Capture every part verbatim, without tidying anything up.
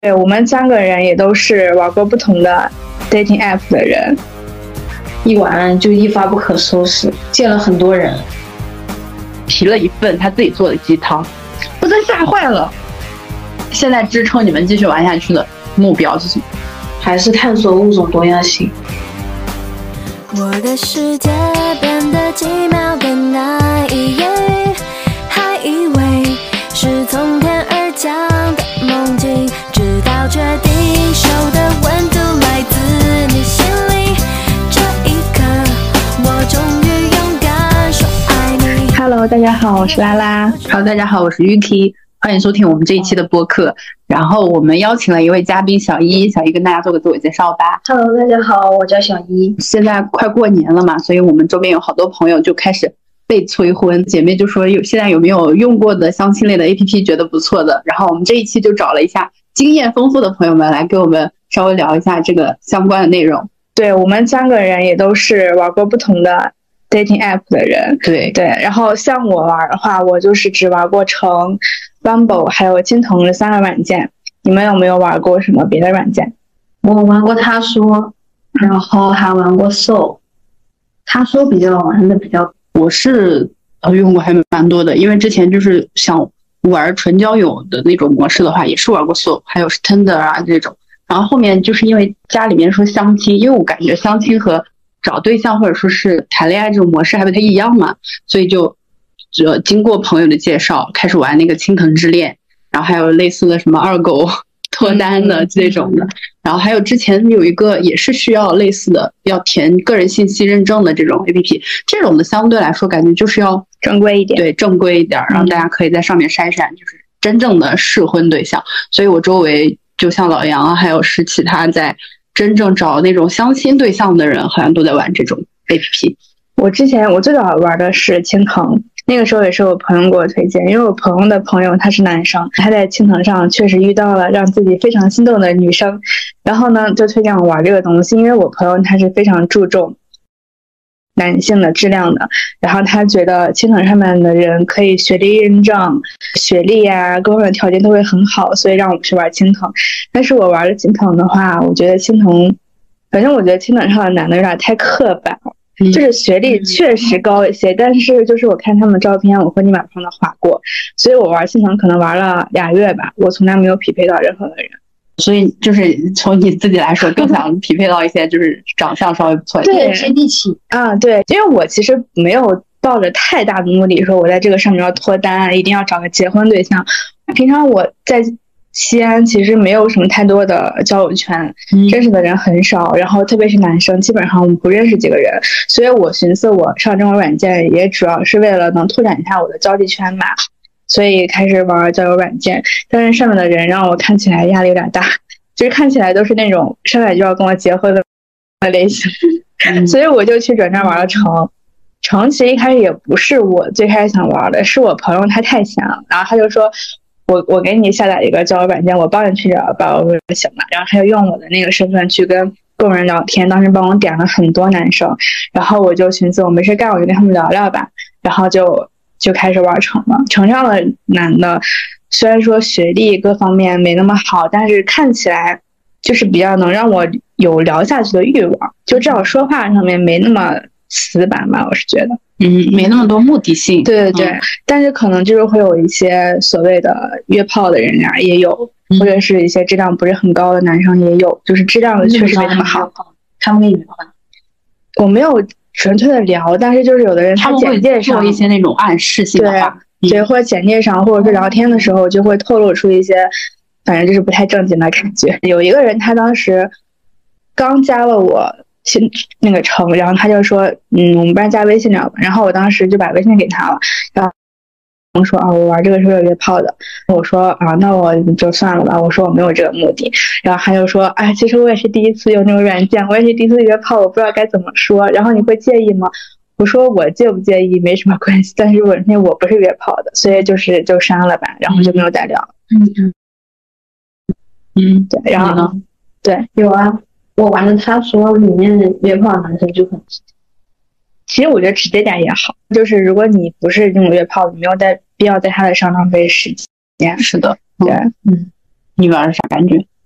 对，我们三个人也都是玩过不同的 dating app 的人， 一玩就一发不可收拾，见了很多人， 提了一份他自己做的鸡汤，我真吓坏了。现在支撑你们继续玩下去的目标是什么？ 还是探索物种多样性。 我的世界变得几秒的那一夜，还以为是从天而降的梦境，直到确定手的温度来自你心里，这一刻我终于勇敢说爱你。 Hello， 大家好，我是拉拉。 Hello， 大家好，我是 Yuki， 欢迎收听我们这一期的播客。然后我们邀请了一位嘉宾小一，小一跟大家做个自我介绍吧。 Hello， 大家好，我叫小一。 现在快过年了嘛，所以我们周边有好多朋友就开始被催婚，姐妹就说有现在有没有用过的相亲类的 A P P 觉得不错的，然后我们这一期就找了一下经验丰富的朋友们来给我们稍微聊一下这个相关的内容。 对，我们三个人也都是玩过不同的 dating app 的人。 对对，然后像我玩的话，我就是只玩过橙、Bumble 还有青藤这三个软件。你们有没有玩过什么别的软件？ 我玩过他说，然后还玩过 Soul。他说比较玩的比较， 我是呃用过还蛮多的，因为之前就是想玩纯交友的那种模式的话，也是玩过 Soul， 还有是 Tinder 啊这种。然后后面就是因为家里面说相亲，因为我感觉相亲和找对象或者说是谈恋爱这种模式还不太一样嘛，所以就就经过朋友的介绍开始玩那个青藤之恋，然后还有类似的什么二狗脱单的这种的，然后还有之前有一个也是需要类似的要填个人信息认证的这种 A P P， 这种的相对来说感觉就是要正规一点， 对，正规一点，然后大家可以在上面筛筛就是真正的适婚对象。所以我周围就像老杨啊，还有是其他在真正找那种相亲对象的人，好像都在玩这种 A P P。 我之前我最早玩的是青藤，那个时候也是我朋友给我推荐，因为我朋友的朋友他是男生，他在青藤上确实遇到了让自己非常心动的女生，然后呢就推荐我玩这个东西。因为我朋友他是非常注重男性的质量的，然后他觉得青藤上面的人可以学历认证，学历啊各方面条件都会很好，所以让我去玩青藤。但是我玩了青藤的话，我觉得青藤反正我觉得青藤上的男的有点太刻板了，就是学历确实高一些，但是就是我看他们照片，我会立马帮他划过，所以我玩青藤可能玩了俩月吧，我从来没有匹配到任何的人。 所以就是从你自己来说，更想匹配到一些就是长相稍微不错一点、 接地气啊。对，因为我其实没有抱着太大的目的说我在这个上面要脱单，一定要找个结婚对象。平常我在西安其实没有什么太多的交友圈，认识的人很少，然后特别是男生基本上我们不认识几个人，所以我寻思我上这种软件也主要是为了能拓展一下我的交际圈吧，所以开始玩交友软件。但是上面的人让我看起来压力有点大，就是看起来都是那种上来就要跟我结婚的类型，所以我就去转战玩了橙。橙其实一开始也不是我最开始想玩的，是我朋友他太闲了，然后他就说我我给你下载一个交友软件，我帮你去聊吧，我说行了。然后他就用我的那个身份去跟各种人聊天，当时帮我点了很多男生，然后我就寻思我没事干我就跟他们聊聊吧，然后就就开始玩橙了。橙上的男的虽然说学历各方面没那么好，但是看起来就是比较能让我有聊下去的欲望，就至少说话上面没那么死板吧，我是觉得嗯，没那么多目的性。 对对对、嗯、但是可能就是会有一些所谓的约炮的人呀也有、嗯、或者是一些质量不是很高的男生也有，就是质量的确实没那么好。 他们跟你聊吧？ 我没有纯粹的聊，但是就是有的人他简介上做一些那种暗示性的话， 对、嗯、对，或者简介上或者是聊天的时候就会透露出一些反正就是不太正经的感觉。有一个人他当时刚加了我新那个橙，然后他就说嗯我们不然加微信聊吧，然后我当时就把微信给他了，然后我说啊我玩这个是为了约炮的，我说啊那我就算了吧，我说我没有这个目的。然后他就说哎其实我也是第一次用这种软件，我也是第一次约炮，我不知道该怎么说，然后你会介意吗？我说我介不介意没什么关系，但是我因为我不是约炮的，所以就是就删了吧，然后就没有再聊了。 嗯嗯嗯，对，然后呢？对， 有啊，我玩的他说里面的约炮男生就很直接。 其实我觉得直接点也好，就是如果你不是那种约炮，你没有在必要在他的上浪费时间。 是的， 对， 嗯，你玩的啥感觉？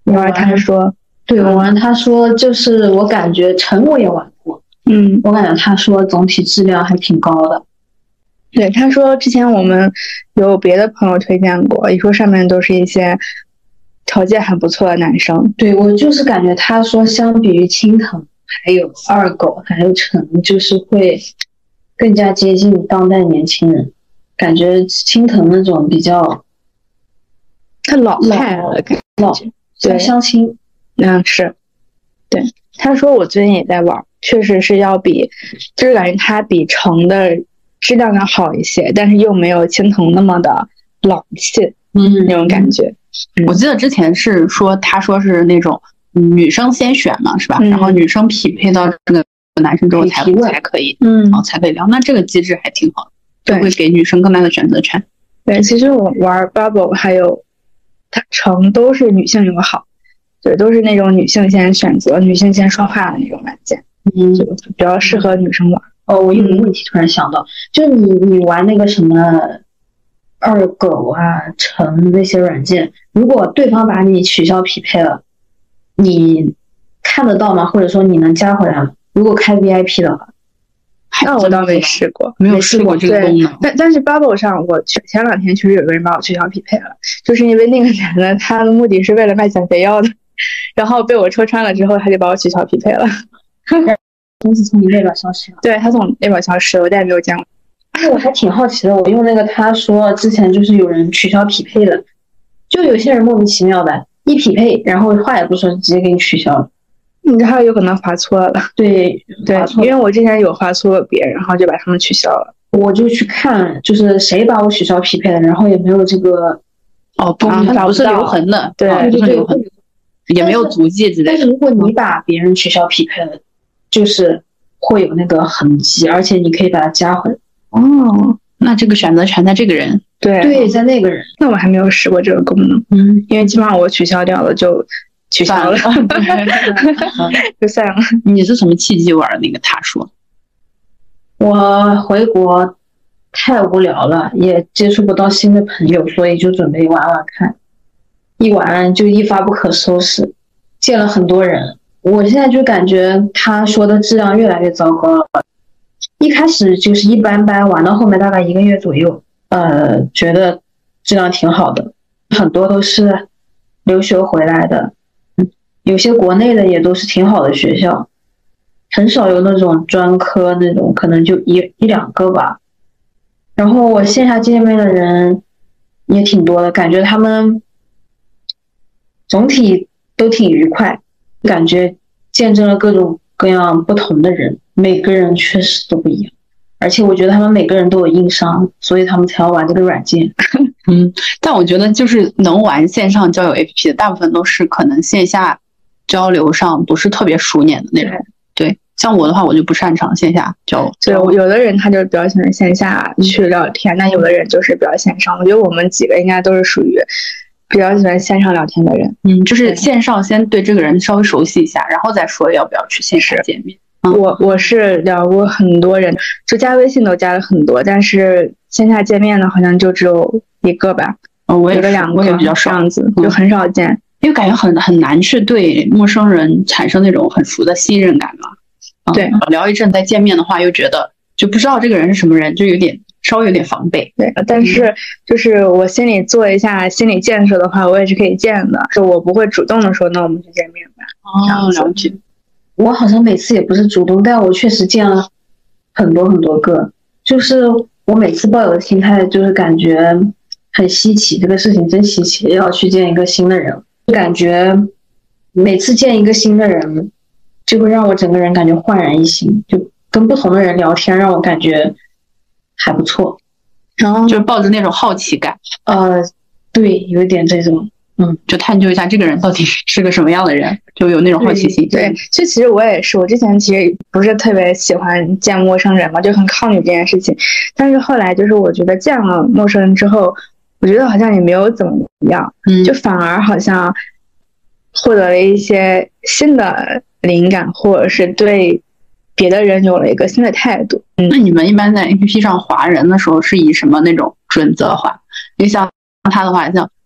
我玩他说， 对我玩他说就是我感觉陈我也玩过， 嗯， 我感觉他说总体质量还挺高的。 对，他说之前我们有别的朋友推荐过，一说上面都是一些条件很不错的男生。 对，我就是感觉他说相比于青藤还有二狗还有陈，就是会更加接近当代年轻人，感觉青藤那种比较他老派了感老觉，对， 相亲。 嗯，是，对，他说我最近也在玩，确实是要比，就是感觉他比橙的质量要好一些，但是又没有青藤那么的老气， 嗯， 那种感觉。 我记得之前是说，他说是那种女生先选嘛，是吧？ 嗯、 然后女生匹配到这个男生之后才才可以， 嗯， 然后才可以聊。那这个机制还挺好，就会给女生更大的选择权。 对，其实我玩 Bubble 还有它橙都是女性友好，对，都是那种女性先选择、女性先说话的那种软件， 嗯， 就比较适合女生玩。 哦，我有个问题突然想到，嗯、就你你玩那个什么二狗啊、橙那些软件，如果对方把你取消匹配了，你看得到吗？或者说你能加回来吗？如果开 V I P 的话， 那我倒没试过， 没有试过这个功能。 但但是 Bubble 上，我前两天确实有个人把我取消匹配了，就是因为那个男的他的目的是为了卖减肥药的，然后被我戳穿了之后，他就把我取消匹配了。 公司从你列表消失了。 对，他从列表消失，我再也没有见过。 那我还挺好奇的，我用那个他说之前就是有人取消匹配的，就有些人莫名其妙的一匹配，然后话也不说，直接给你取消了。 你这还有可能划错了。 对对，因为我之前有划错了别人，然后就把他们取消了。 我就去看，就是谁把我取消匹配的，然后也没有这个哦，不，它不是留痕的， 对， 不是留痕，也没有足迹之类的。 但是如果你把别人取消匹配了，就是会有那个痕迹，而且你可以把它加回来。 哦，那这个选择权在这个人。 对对，在那个人。 那我还没有试过这个功能， 嗯， 因为基本上我取消掉了就取消了，就算了。 你是什么契机玩那个他说？ 我回国太无聊了，也接触不到新的朋友，所以就准备玩玩看。一玩就一发不可收拾，见了很多人。我现在就感觉他说的质量越来越糟糕了。一开始就是一般般，玩到后面大概一个月左右，呃，觉得质量挺好的，很多都是留学回来的，有些国内的也都是挺好的学校，很少有那种专科那种，可能就一一两个吧。然后我线下见面的人也挺多的，感觉他们总体都挺愉快，感觉见证了各种各样不同的人，每个人确实都不一样，而且我觉得他们每个人都有硬伤，所以他们才要玩这个软件。 嗯，但我觉得就是能玩线上交友 A P P 的大部分都是可能线下交流上不是特别熟稔的那种。对，像我的话我就不擅长线下交流。对，有的人他就比较喜欢线下去聊天，但有的人就是比较线上。我觉得我们几个应该都是属于比较喜欢线上聊天的人。 嗯，就是线上先对这个人稍微熟悉一下，然后再说要不要去线下见面。 嗯、我我是聊过很多人，就加微信都加了很多，但是线下见面的好像就只有一个吧。 嗯，我也是两个， 我也比较少， 这样子就很少见， 因为感觉很很难去对陌生人产生那种很熟的信任感嘛。嗯、 对， 聊一阵再见面的话，又觉得就不知道这个人是什么人，就有点稍微有点防备。 对，但是就是我心里做一下心理建设的话，我也是可以见的，就我不会主动的说那我们去见面吧。 哦，了解。 我好像每次也不是主动，但我确实见了很多很多个，就是我每次抱有的心态就是感觉很稀奇，这个事情真稀奇，要去见一个新的人，就感觉每次见一个新的人就会让我整个人感觉焕然一新，就跟不同的人聊天让我感觉还不错， 然后就是抱着那种好奇感， 呃，对，有一点这种，嗯， 就探究一下这个人到底是个什么样的人，就有那种好奇心。 对，就其实我也是，我之前其实不是特别喜欢见陌生人嘛，就很抗拒这件事情。但是后来就是我觉得见了陌生人之后，我觉得好像也没有怎么样， 嗯， 就反而好像获得了一些新的灵感，或者是对别的人有了一个新的态度。 嗯，那你们一般在 A P P 上划人的时候是以什么那种准则划？就像他的话，像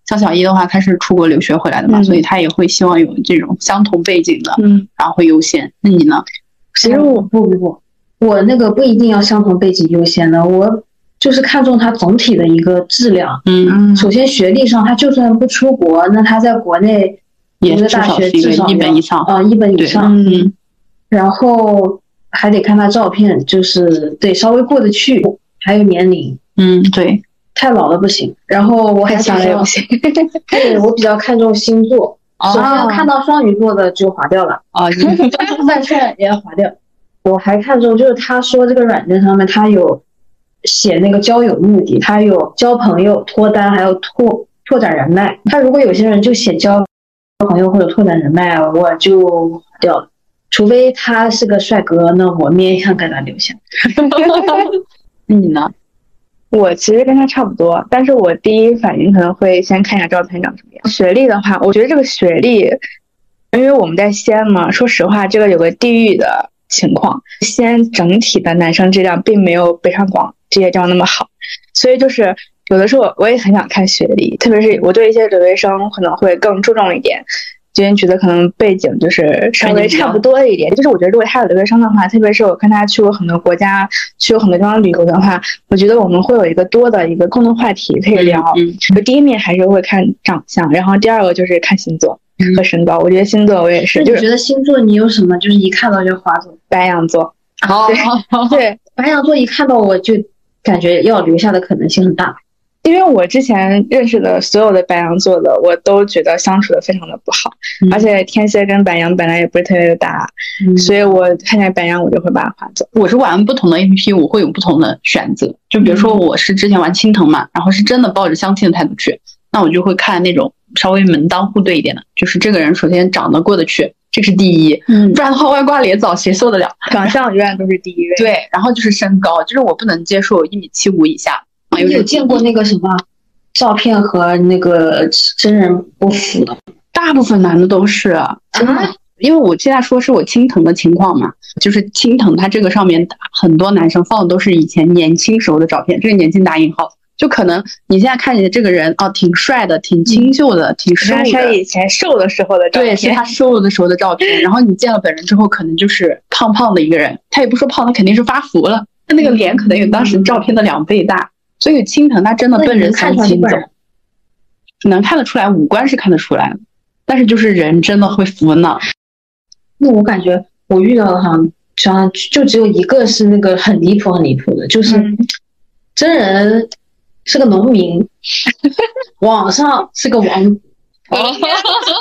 像小一的话，他是出国留学回来的嘛， 嗯、 所以他也会希望有这种相同背景的， 嗯， 然后会优先。那你呢？ 其实我不不不，我那个不一定要相同背景优先的，我就是看重他总体的一个质量。 嗯， 首先学历上，他就算不出国，那他在国内也一个大学至少一本以上啊，一本以上。 嗯， 然后还得看他照片，就是得稍微过得去，还有年龄。 嗯，对， 太老了不行。然后我还想要，对我比较看重星座。首先看到双鱼座的就划掉了啊，再劝也要划掉。我还看重就是他说这个软件上面他有写那个交友目的，他有交朋友、脱单，还有拓拓展人脉。他如果有些人就写交朋友或者拓展人脉，我就划掉了。除非他是个帅哥，那我勉强给他留下。 你呢？ 我其实跟他差不多，但是我第一反应可能会先看一下照片长什么样。学历的话，我觉得这个学历，因为我们在西安嘛，说实话，这个有个地域的情况，西安整体的男生质量并没有北上广这些地方那么好，所以就是有的时候我也很想看学历，特别是我对一些留学生可能会更注重一点。今天觉得可能背景就是稍微差不多一点，就是我觉得如果他有留学生的话，特别是我看他去过很多国家，去过很多地方旅游的话，我觉得我们会有一个多的一个共同话题可以聊。 嗯， 就第一面还是会看长相，然后第二个就是看星座和身高。我觉得星座我也是。 那你觉得星座你有什么就是一看到就划走？ 白羊座。 哦， 对对， 白羊座一看到我就感觉要留下的可能性很大。 因为我之前认识的所有的白羊座的，我都觉得相处的非常的不好，嗯、而且天蝎跟白羊本来也不是特别的搭，嗯、所以我看见白羊我就会把它划走。 我是玩不同的 A P P， 我会有不同的选择。就比如说我是之前玩青藤嘛，然后是真的抱着相亲的态度去，那我就会看那种稍微门当户对一点的，就是这个人首先长得过得去，这是第一，嗯，不然的话歪瓜裂枣谁受得了？ 长相永远都是第一位。 对，然后就是身高，就是我不能接受一米七五以下。 你有见过那个什么？照片和那个真人不符的， 大部分男的都是啊，因为我现在说是我青藤的情况嘛，就是青藤它这个上面很多男生放的都是以前年轻时候的照片，这个年轻打引号，就可能你现在看见这个人哦，挺帅的，挺清秀的，嗯、挺瘦的， 是他以前瘦的时候的照片， 对，是他瘦的时候的照片，然后你见了本人之后，可能就是胖胖的一个人，他也不说胖，他肯定是发福了，他那个脸可能有当时照片的两倍大。所以青藤他真的奔着相亲走，能看得出来，五官是看得出来的，但是就是人真的会服呢。 那我感觉我遇到的好像就只有一个是那个很离谱很离谱的，就是真人是个农民，网上是个王子， 好笑。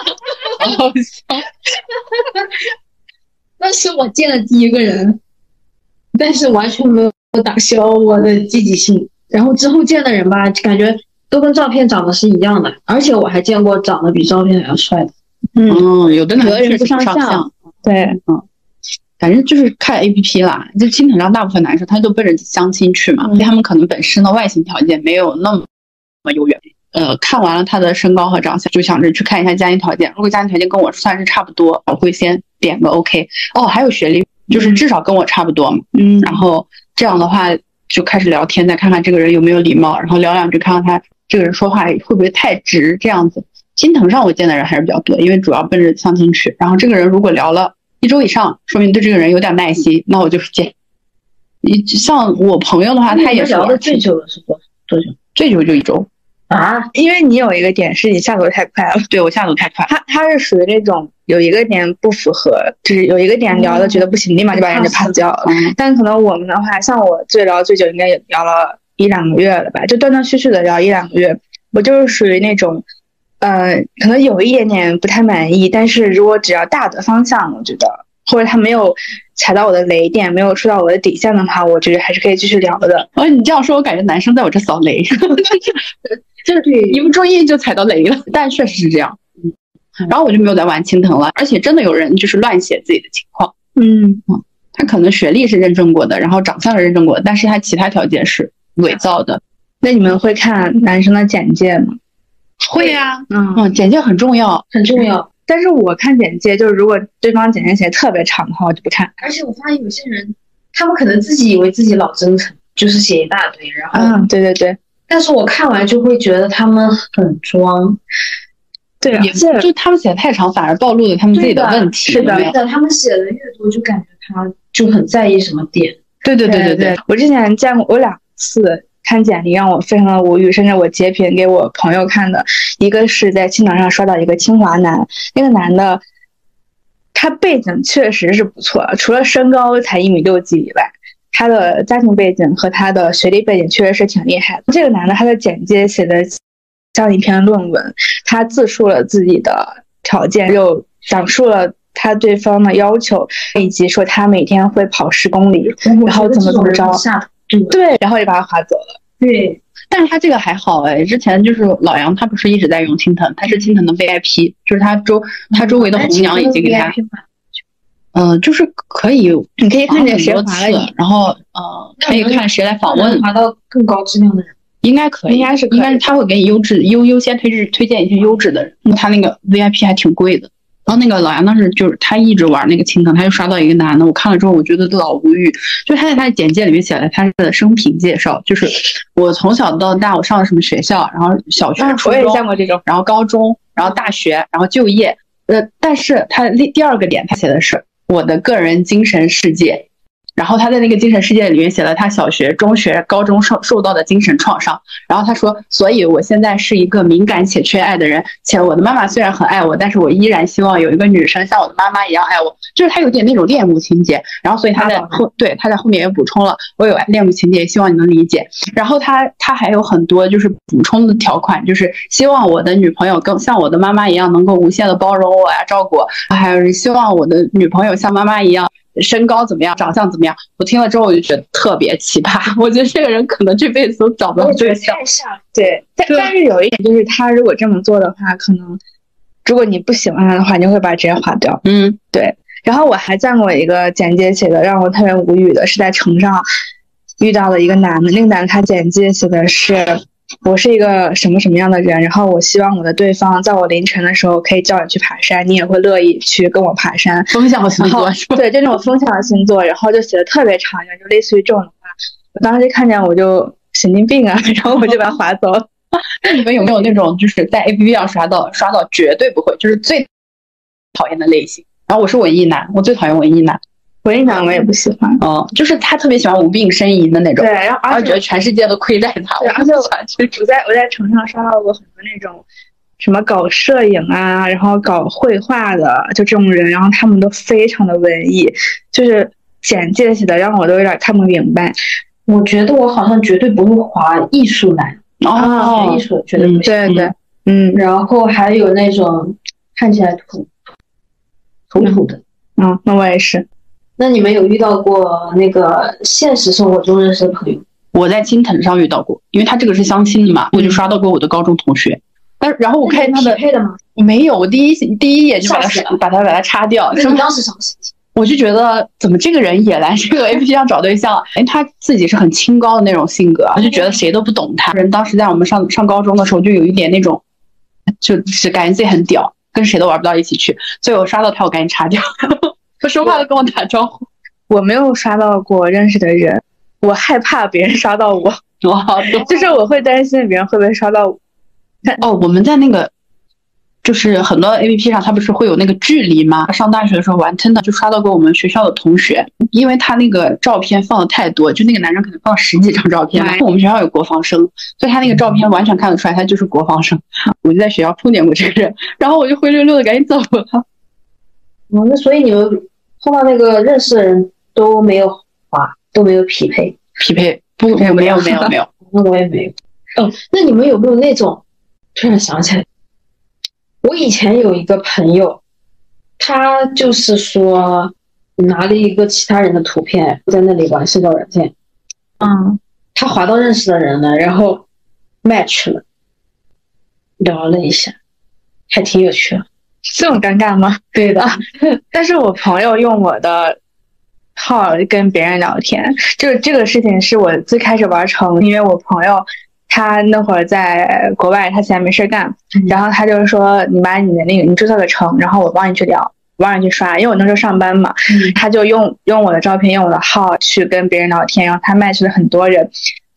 那是我见的第一个人，但是完全没有打消我的积极性。然后之后见的人吧，感觉都跟照片长得是一样的，而且我还见过长得比照片还要帅的。 嗯，有的男的人不上相。对， 嗯，反正就是看 A P P 啦。就青藤上大部分男生他都奔着相亲去嘛，嗯、他们可能本身的外形条件没有那么优越。呃，看完了他的身高和长相，就想着去看一下家庭条件。如果家庭条件跟我算是差不多，我会先点个 OK。哦，还有学历，就是至少跟我差不多嘛。嗯，然后这样的话。就开始聊天，再看看这个人有没有礼貌，然后聊两句，看看他这个人说话会不会太直，这样子。青藤上我见的人还是比较多，因为主要奔着相亲去。然后这个人如果聊了一周以上，说明对这个人有点耐心，那我就是见。像我朋友的话，他也是聊的最久的是多多久？ 最久就一周啊！因为你有一个点是你下手太快了， 对我下手太快。 他他是属于那种有一个点不符合，就是有一个点聊的觉得不行，立马就把人家 pass 掉了。嗯、但可能我们的话，像我最聊最久应该也聊了一两个月了吧，就断断续续的聊一两个月。我就是属于那种，呃，可能有一点点不太满意，但是如果只要大的方向，我觉得或者他没有踩到我的雷点，没有触到我的底线的话，我觉得还是可以继续聊的。 哦，你这样说，我感觉男生在我这扫雷，就是一不注意就踩到雷了，但确实是这样。然后我就没有再玩青藤了，而且真的有人就是乱写自己的情况， 嗯嗯，他可能学历是认证过的，然后长相是认证过的，但是他其他条件是伪造的。 那你们会看男生的简介吗？ 会呀、啊， 嗯嗯，简介很重要， 很重要。 但是我看简介，就是如果对方简介写特别长的话，我就不看。 而且我发现有些人，他们可能自己以为自己老真诚，就是写一大堆，然后嗯，对对对， 但是我看完就会觉得他们很装。 对啊， 也就他们写的太长，反而暴露了他们自己的问题。 是的，是的，他们写的越多，就感觉他就很在意什么点。 对对对对对，我之前见过，我两次看简历让我非常的无语，甚至我截屏给我朋友看的。一个是在青岛上刷到一个清华男，那个男的他背景确实是不错，除了身高才一米六几以外，他的家庭背景和他的学历背景确实是挺厉害的。这个男的他的简介写的像一篇论文，他自述了自己的条件，又讲述了他对方的要求，以及说他每天会跑十公里，然后怎么怎么着，对，然后就把他划走了。 对， 但是他这个还好哎，之前就是老杨他不是一直在用青藤，他是青藤的 V I P， 就是他周他周围的红娘已经给他，嗯、呃，就是可以， 你可以看见谁划了你， 然后呃，可以看谁来访问， 划到更高质量的人。 应该可以， 应该是应该是他会给你优质优优先推荐推荐一些优质的人，他那个 V I P 还挺贵的。然后那个老杨当时就是他一直玩那个青藤，他就刷到一个男的，我看了之后我觉得老无语，就他在他的简介里面写了他的生平介绍，就是我从小到大我上了什么学校，然后小学、初中， 我也见过这种， 然后高中，然后大学，然后就业，呃，但是他第二个点他写的是我的个人精神世界。然后他在那个精神世界里面写了他小学、中学、高中受受到的精神创伤。然后他说，所以我现在是一个敏感且缺爱的人，且我的妈妈虽然很爱我，但是我依然希望有一个女生像我的妈妈一样爱我。就是他有点那种恋母情节。然后所以他在后对他在后面也补充了，我有恋母情节，希望你能理解。然后他他还有很多就是补充的条款，就是希望我的女朋友更像我的妈妈一样，能够无限的包容我呀、照顾我，还有希望我的女朋友像妈妈一样。身高怎么样，长相怎么样？我听了之后我就觉得特别奇葩。我觉得这个人可能这辈子都找不到对象。 对，但但是有一点就是，他如果这么做的话，可能如果你不喜欢他的话，你会把他直接划掉。 嗯， 对。然后我还见过一个简介写的让我特别无语的，是在城上遇到了一个男的，那个男的他简介写的是。我是一个什么什么样的人，然后我希望我的对方在我凌晨的时候可以叫你去爬山，你也会乐意去跟我爬山。 风象星座是吧？ 对，就那种风象的星座，然后就写的特别长，就类似于这种的话，我当时看见我就神经病啊，然后我就把它划走了。 那你们有没有那种就是在 A P P 上刷到刷到绝对不会，就是最讨厌的类型？然后我是文艺男，我最讨厌文艺男。 文艺男我也不喜欢， 哦，就是他特别喜欢无病呻吟的那种， 对，然后而且觉得全世界都亏待他。 对，而且我我在我在城上刷到过很多那种什么搞摄影啊，然后搞绘画的，就这种人，然后他们都非常的文艺，就是简介写的让我都有点看不明白。 我觉得我好像绝对不会划艺术男哦， 学艺术绝对不行。 对对，嗯， 然后还有那种看起来土土土的， 嗯，那我也是。 那你们有遇到过那个现实生活中认识的朋友？ 我在青藤上遇到过，因为他这个是相亲的嘛，我就刷到过我的高中同学。但然后我看他的匹配的吗？ 没有，我第一第一眼就把他把他把他擦掉。 你当时什么心情？ 我就觉得怎么这个人也来这个 A P P 上找对象？哎，他自己是很清高的那种性格，我就觉得谁都不懂他。人当时在我们上上高中的时候，就有一点那种，就是感觉自己很屌，跟谁都玩不到一起去。所以我刷到他，我赶紧擦掉。他说话都跟我打招呼。 我没有刷到过认识的人，我害怕别人刷到我。 哇， 就是我会担心别人会不会刷到我。 哦，我们在那个就是很多 A P P 上，它不是会有那个距离吗？上大学的时候玩真的就刷到过我们学校的同学，因为他那个照片放的太多，就那个男生可能放十几张照片。我们学校有国防生，所以他那个照片完全看得出来他就是国防生。我就在学校碰见过这个人，然后我就灰溜溜的赶紧走了。 哦，那所以你们碰到那个认识的人都没有划，都没有匹配， 匹配不没有没有没有没有， 那我也没有。哦，那你们有没有那种？突然想起来，我以前有一个朋友，他就是说拿了一个其他人的图片在那里玩社交软件， 嗯， 他滑到认识的人了，然后 match 了，聊了一下，还挺有趣的。 这么尴尬吗？ 对的， 但是我朋友用我的号跟别人聊天，就是这个事情是我最开始玩成，因为我朋友他那会儿在国外，他闲没事干，然后他就说你把你的那个你注册个成，然后我帮你去聊，我帮你去刷，因为我那时候上班嘛， 嗯、 他就用用我的照片，用我的号去跟别人聊天，然后他match了很多人。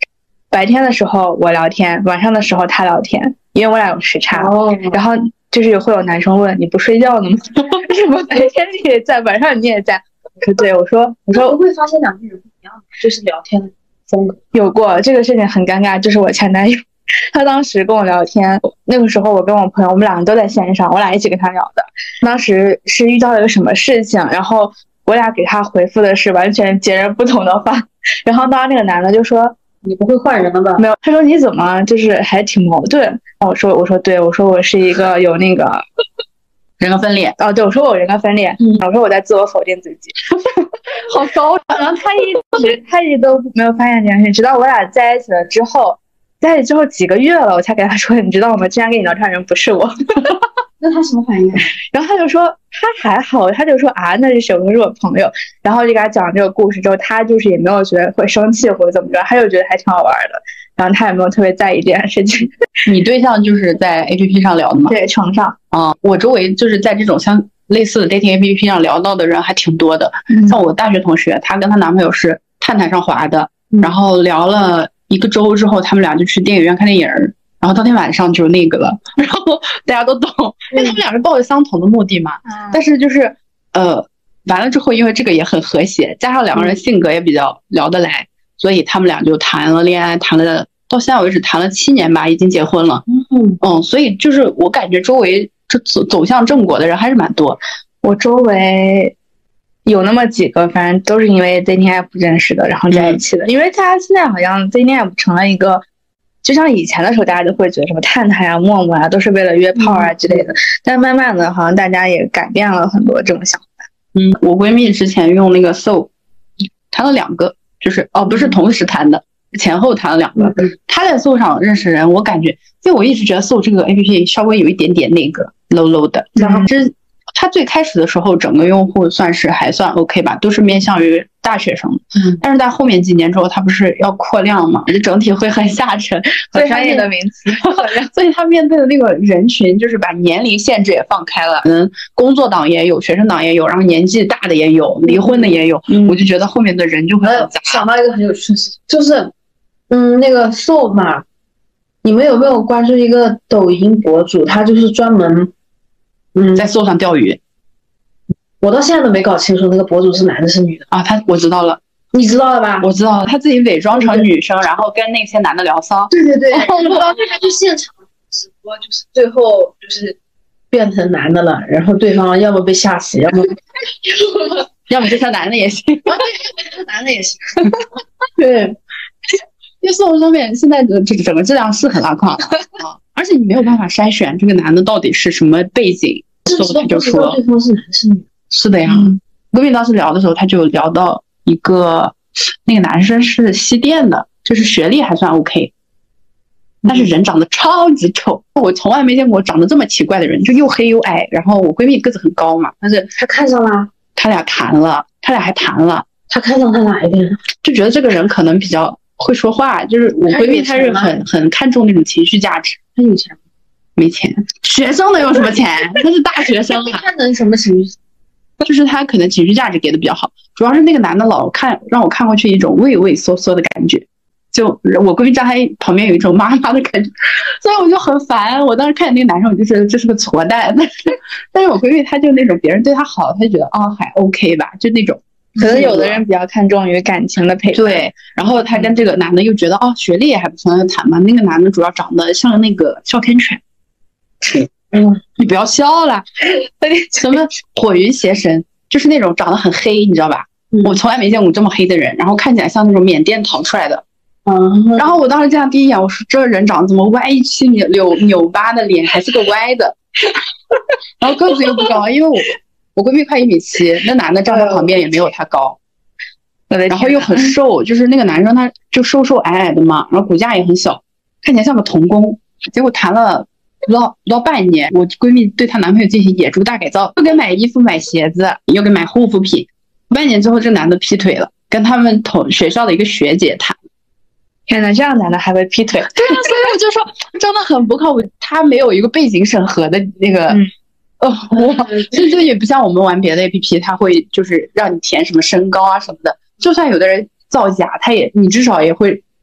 白天的时候我聊天，晚上的时候他聊天，因为我俩有时差。 哦， 然后就是会有男生问你不睡觉呢吗？为什么白天你也在，晚上你也在？我说对，我说我说不会发现两个人不一样吗？就是聊天的风格。 有过这个事情很尴尬，就是我前男友，他当时跟我聊天，那个时候我跟我朋友，我们两个都在线上，我俩一起跟他聊的。当时是遇到了一个什么事情，然后我俩给他回复的是完全截然不同的话。然后当时那个男的就说：“ 你不会换人了吧？” 没有，他说：“你怎么就是还挺矛盾？”我说：“我说对，我说我是一个有那个人格分裂。” 哦，对，我说我有人格分裂， 嗯， 我说我在自我否定自己，好高。然后他一直他一直都没有发现这件事，直到我俩在一起了之后，在一起之后几个月了，我才给他说：“你知道吗？之前跟你聊天的人不是我。” 那他什么反应？ 然后他就说他还好，他就说啊，那是谁？我说是我朋友。然后就给他讲这个故事之后，他就是也没有觉得会生气或者怎么着，他就觉得还挺好玩的。然后他也没有特别在意这件事情。 你对象就是在 A P P 上聊的吗？ 对，床上。 啊、嗯，我周围就是在这种像类似的 dating A P P 上聊到的人还挺多的。 嗯、 像我大学同学，她跟她男朋友是探探上滑的，嗯、然后聊了一个周之后，他们俩就去电影院看电影。然后当天晚上就那个了，然后大家都懂，因为他们俩是抱着相同的目的嘛。嗯、但是就是呃，完了之后，因为这个也很和谐，加上两个人性格也比较聊得来，嗯、所以他们俩就谈了恋爱，谈了到现在为止谈了七年吧，已经结婚了。嗯嗯，所以就是我感觉周围这走走向正果的人还是蛮多。 我周围有那么几个，反正都是因为 dating app 认识的，然后在一起的。嗯、因为大家现在好像 dating app 成了一个。就像以前的时候，大家都会觉得什么探探啊、陌陌啊，都是为了约炮啊之类的。嗯、但慢慢的，好像大家也改变了很多这种想法。 嗯，我闺蜜之前用那个 Soul 谈了两个，就是哦，不是同时谈的，前后谈了两个。嗯、她在 Soul 上认识人，我感觉，因为我一直觉得 Soul 这个 A P P 稍微有一点点那个 low low 的。然后这它最开始的时候，整个用户算是还算 OK 吧，都是面向于大学生。嗯，但是在后面几年之后，它不是要扩量嘛，整体会很下沉， 最专业的名词。 所以他面对的那个人群，就是把年龄限制也放开了，可能工作党也有，学生党也有，然后年纪大的也有，离婚的也有。嗯、我就觉得后面的人就会很杂。 想到一个很有趣的事情，就是嗯，那个 Soul 嘛，你们有没有关注一个抖音博主？他就是专门。 嗯，在 Soul 上钓鱼， 我到现在都没搞清楚那个博主是男的是女的啊。他我知道了， 你知道了吧？ 我知道了，他自己伪装成女生，然后跟那些男的聊骚。 对对对，然后他就现场直播，就是最后就是变成男的了，然后对方要么被吓死，要么要么就像男的也行， 男的也行。 对，因为 Soul 上面现在的这个整个质量是很拉胯啊。而且你没有办法筛选这个男的到底是什么背景，所以他就说对方是男是女。 是的呀， 嗯、 闺蜜当时聊的时候，他就聊到一个那个男生是西电的，就是学历还算 OK， 但是人长得超级丑，嗯、我从来没见过长得这么奇怪的人，就又黑又矮。然后我闺蜜个子很高嘛，但是他看上了， 他俩谈了，他俩还谈了， 他看上他哪一边？ 就觉得这个人可能比较会说话，就是我闺蜜她是很很看重那种情绪价值。 他有钱吗？ 没钱，学生能有什么钱？他是大学生啊。 他能什么情绪？ 就是他可能情绪价值给的比较好，主要是那个男的老看让我看过去一种畏畏缩缩的感觉，就我闺蜜站在旁边有一种妈妈的感觉，所以我就很烦。我当时看见那个男生，我就觉得这是个矬蛋，但是但是我闺蜜她就那种别人对她好，她就觉得啊、哦、还 OK 吧，就那种。 可能有的人比较看重于感情的陪伴。 对，然后她跟这个男的又觉得哦学历也还不错，那就谈嘛。那个男的主要长得像那个哮天犬。嗯，你不要笑了，什么火云邪神，就是那种长得很黑，你知道吧？嗯、我从来没见过这么黑的人，然后看起来像那种缅甸逃出来的。嗯，然后我当时这样第一眼，我说这人长得怎么歪七扭扭扭巴的脸，还是个歪的，然后个子又不高，因为我我闺蜜快一米七，那男的站在旁边也没有他高，然后又很瘦，就是那个男生他就瘦瘦矮矮的嘛，然后骨架也很小，看起来像个童工。结果谈了不到不到半年，我闺蜜对她男朋友进行野猪大改造，又给买衣服买鞋子，又给买护肤品。半年之后，这个男的劈腿了，跟他们同学校的一个学姐谈。 天哪，这样男的还会劈腿？ 对啊，所以我就说真的很不靠谱。他没有一个背景审核的那个，嗯、哦，我就就也不像我们玩别的 A P P， 他会就是让你填什么身高啊什么的。就算有的人造假，他也你至少也会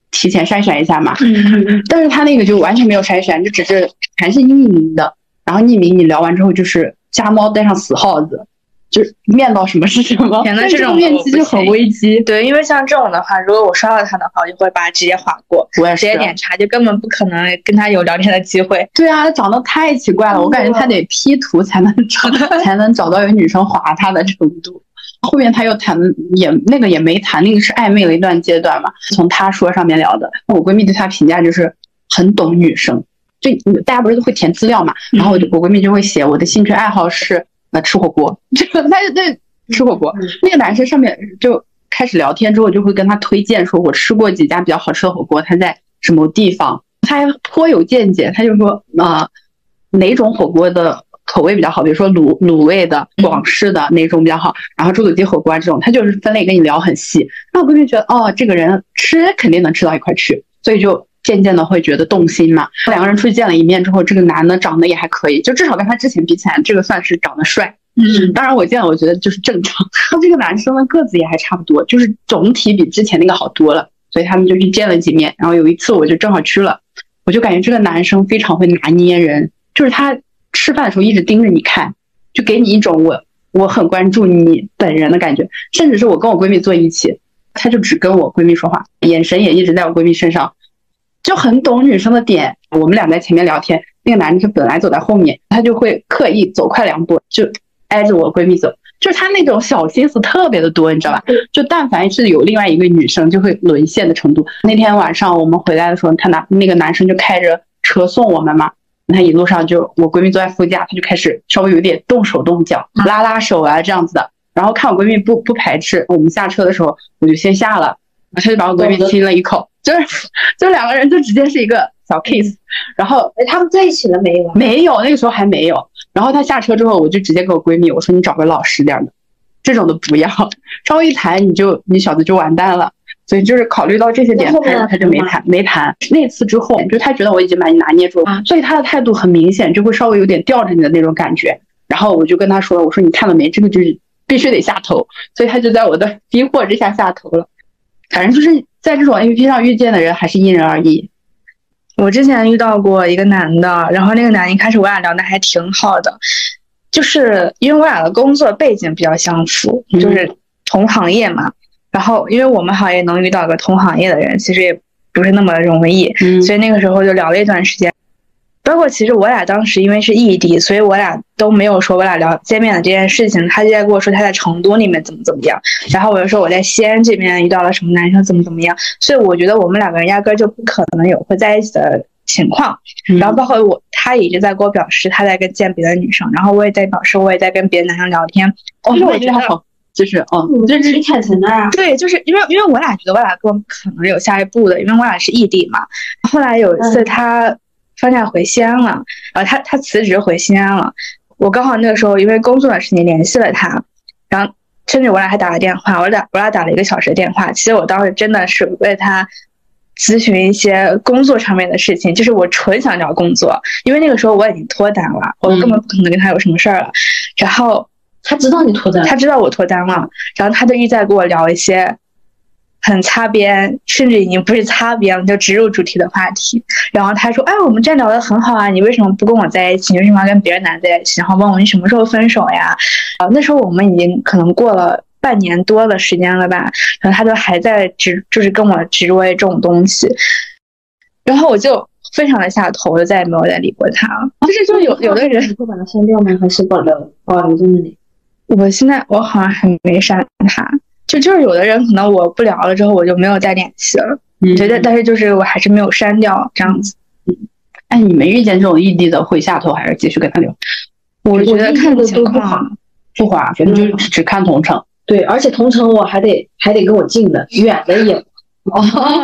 提前筛选一下嘛。 嗯， 但是他那个就完全没有筛选，就只是全是匿名的，然后匿名你聊完之后就是家猫带上死耗子，就是面到什么是什么。 天呐，这种面积就很危机。 对，因为像这种的话，如果我刷到他的话，我就会把它直接划过， 我也是直接点查，就根本不可能跟他有聊天的机会。 对啊，长得太奇怪了，我感觉他得 P 图才能找才能找到有女生划他的程度。后面他又谈也那个也没谈，那个是暧昧了一段阶段嘛，从他说上面聊的。我闺蜜对他评价就是很懂女生，就大家不是都会填资料嘛，然后我就我闺蜜就会写我的兴趣爱好是呃吃火锅，这个他就对吃火锅。那个男生上面就开始聊天之后就会跟他推荐说我吃过几家比较好吃的火锅，他在什么地方，他还颇有见解，他就说呃哪种火锅的口味比较好，比如说卤卤味的、广式的哪种比较好，然后猪肚鸡火锅啊这种，他就是分类跟你聊很细。那我闺蜜觉得哦，这个人吃肯定能吃到一块去，所以就渐渐的会觉得动心嘛。两个人出去见了一面之后，这个男的长得也还可以，就至少跟他之前比起来，这个算是长得帅。嗯，当然我见了，我觉得就是正常。他这个男生的个子也还差不多，就是总体比之前那个好多了，所以他们就去见了几面。然后有一次我就正好去了，我就感觉这个男生非常会拿捏人，就是他吃饭的时候一直盯着你看，就给你一种我我很关注你本人的感觉。甚至是我跟我闺蜜坐一起，他就只跟我闺蜜说话，眼神也一直在我闺蜜身上，就很懂女生的点。我们俩在前面聊天，那个男生本来走在后面，他就会刻意走快两步，就挨着我闺蜜走，就是他那种小心思特别的多，你知道吧？就但凡是有另外一个女生就会沦陷的程度。那天晚上我们回来的时候，他拿那个男生就开着车送我们嘛，他一路上就我闺蜜坐在副驾，他就开始稍微有点动手动脚，拉拉手啊这样子的。然后看我闺蜜不不排斥，我们下车的时候我就先下了，他就把我闺蜜亲了一口，就是就两个人就直接是一个小 kiss。然后他们在一起了没有？ 没有，那个时候还没有。然后他下车之后，我就直接给我闺蜜我说你找个老实点的，这种的不要，稍微一谈你就你小子就完蛋了。所以就是考虑到这些点，他他就没谈没谈。那次之后，就他觉得我已经把你拿捏住了，啊、所以他的态度很明显，就会稍微有点吊着你的那种感觉。然后我就跟他说，我说你看了没？这个就是必须得下头。所以他就在我的逼迫之下下头了。反正就是在这种 A P P 上遇见的人还是因人而异。 我之前遇到过一个男的，然后那个男的一开始我俩聊的还挺好的，就是因为我俩的工作背景比较相符，就是同行业嘛。然后因为我们行业能遇到个同行业的人其实也不是那么容易，嗯、所以那个时候就聊了一段时间。包括其实我俩当时因为是异地，所以我俩都没有说我俩聊见面的这件事情。他就在跟我说他在成都那边怎么怎么样，然后我就说我在西安这边遇到了什么男生怎么怎么样。所以我觉得我们两个人压根就不可能有会在一起的情况。嗯、然后包括我，他也一直在给我表示他在跟见别的女生，然后我也在表示我也在跟别的男生聊天。 就是我觉得就是哦， 就是挺坦诚的啊。 对，就是因为因为我俩觉得我俩根本不可能有下一步的，因为我俩是异地嘛。后来有一次他。嗯放假回西安了，然后他他辞职回西安了。我刚好那个时候因为工作的事情联系了他，然后甚至我俩还打了电话，我俩我俩打了一个小时的电话。其实我当时真的是为他咨询一些工作上面的事情，就是我纯想聊工作，因为那个时候我已经脱单了，我根本不可能跟他有什么事儿了。嗯、然后他知道你脱单了， 他知道我脱单了，然后他就一直在跟我聊一些很擦边，甚至已经不是擦边了，就直入主题的话题。然后他说：“哎，我们这聊得很好啊，你为什么不跟我在一起？你为什么要跟别的男在一起？然后问我你什么时候分手呀？”啊，那时候我们已经可能过了半年多的时间了吧，然后他就还在直，就是跟我直播这种东西。然后我就非常的下头，就再也没有再理过他。就是就有有的人你会把他删掉吗？还是保留保留在那里？ 我现在我好像还没删他。就就是有的人可能我不聊了之后我就没有再联系了，嗯，觉得但是就是我还是没有删掉这样子。 嗯，哎，你们遇见这种异地的会下头还是继续跟他聊？ 我觉得看情况， 不滑，觉得就只看同城。 对，而且同城我还得还得跟我近的，远的也。 哦，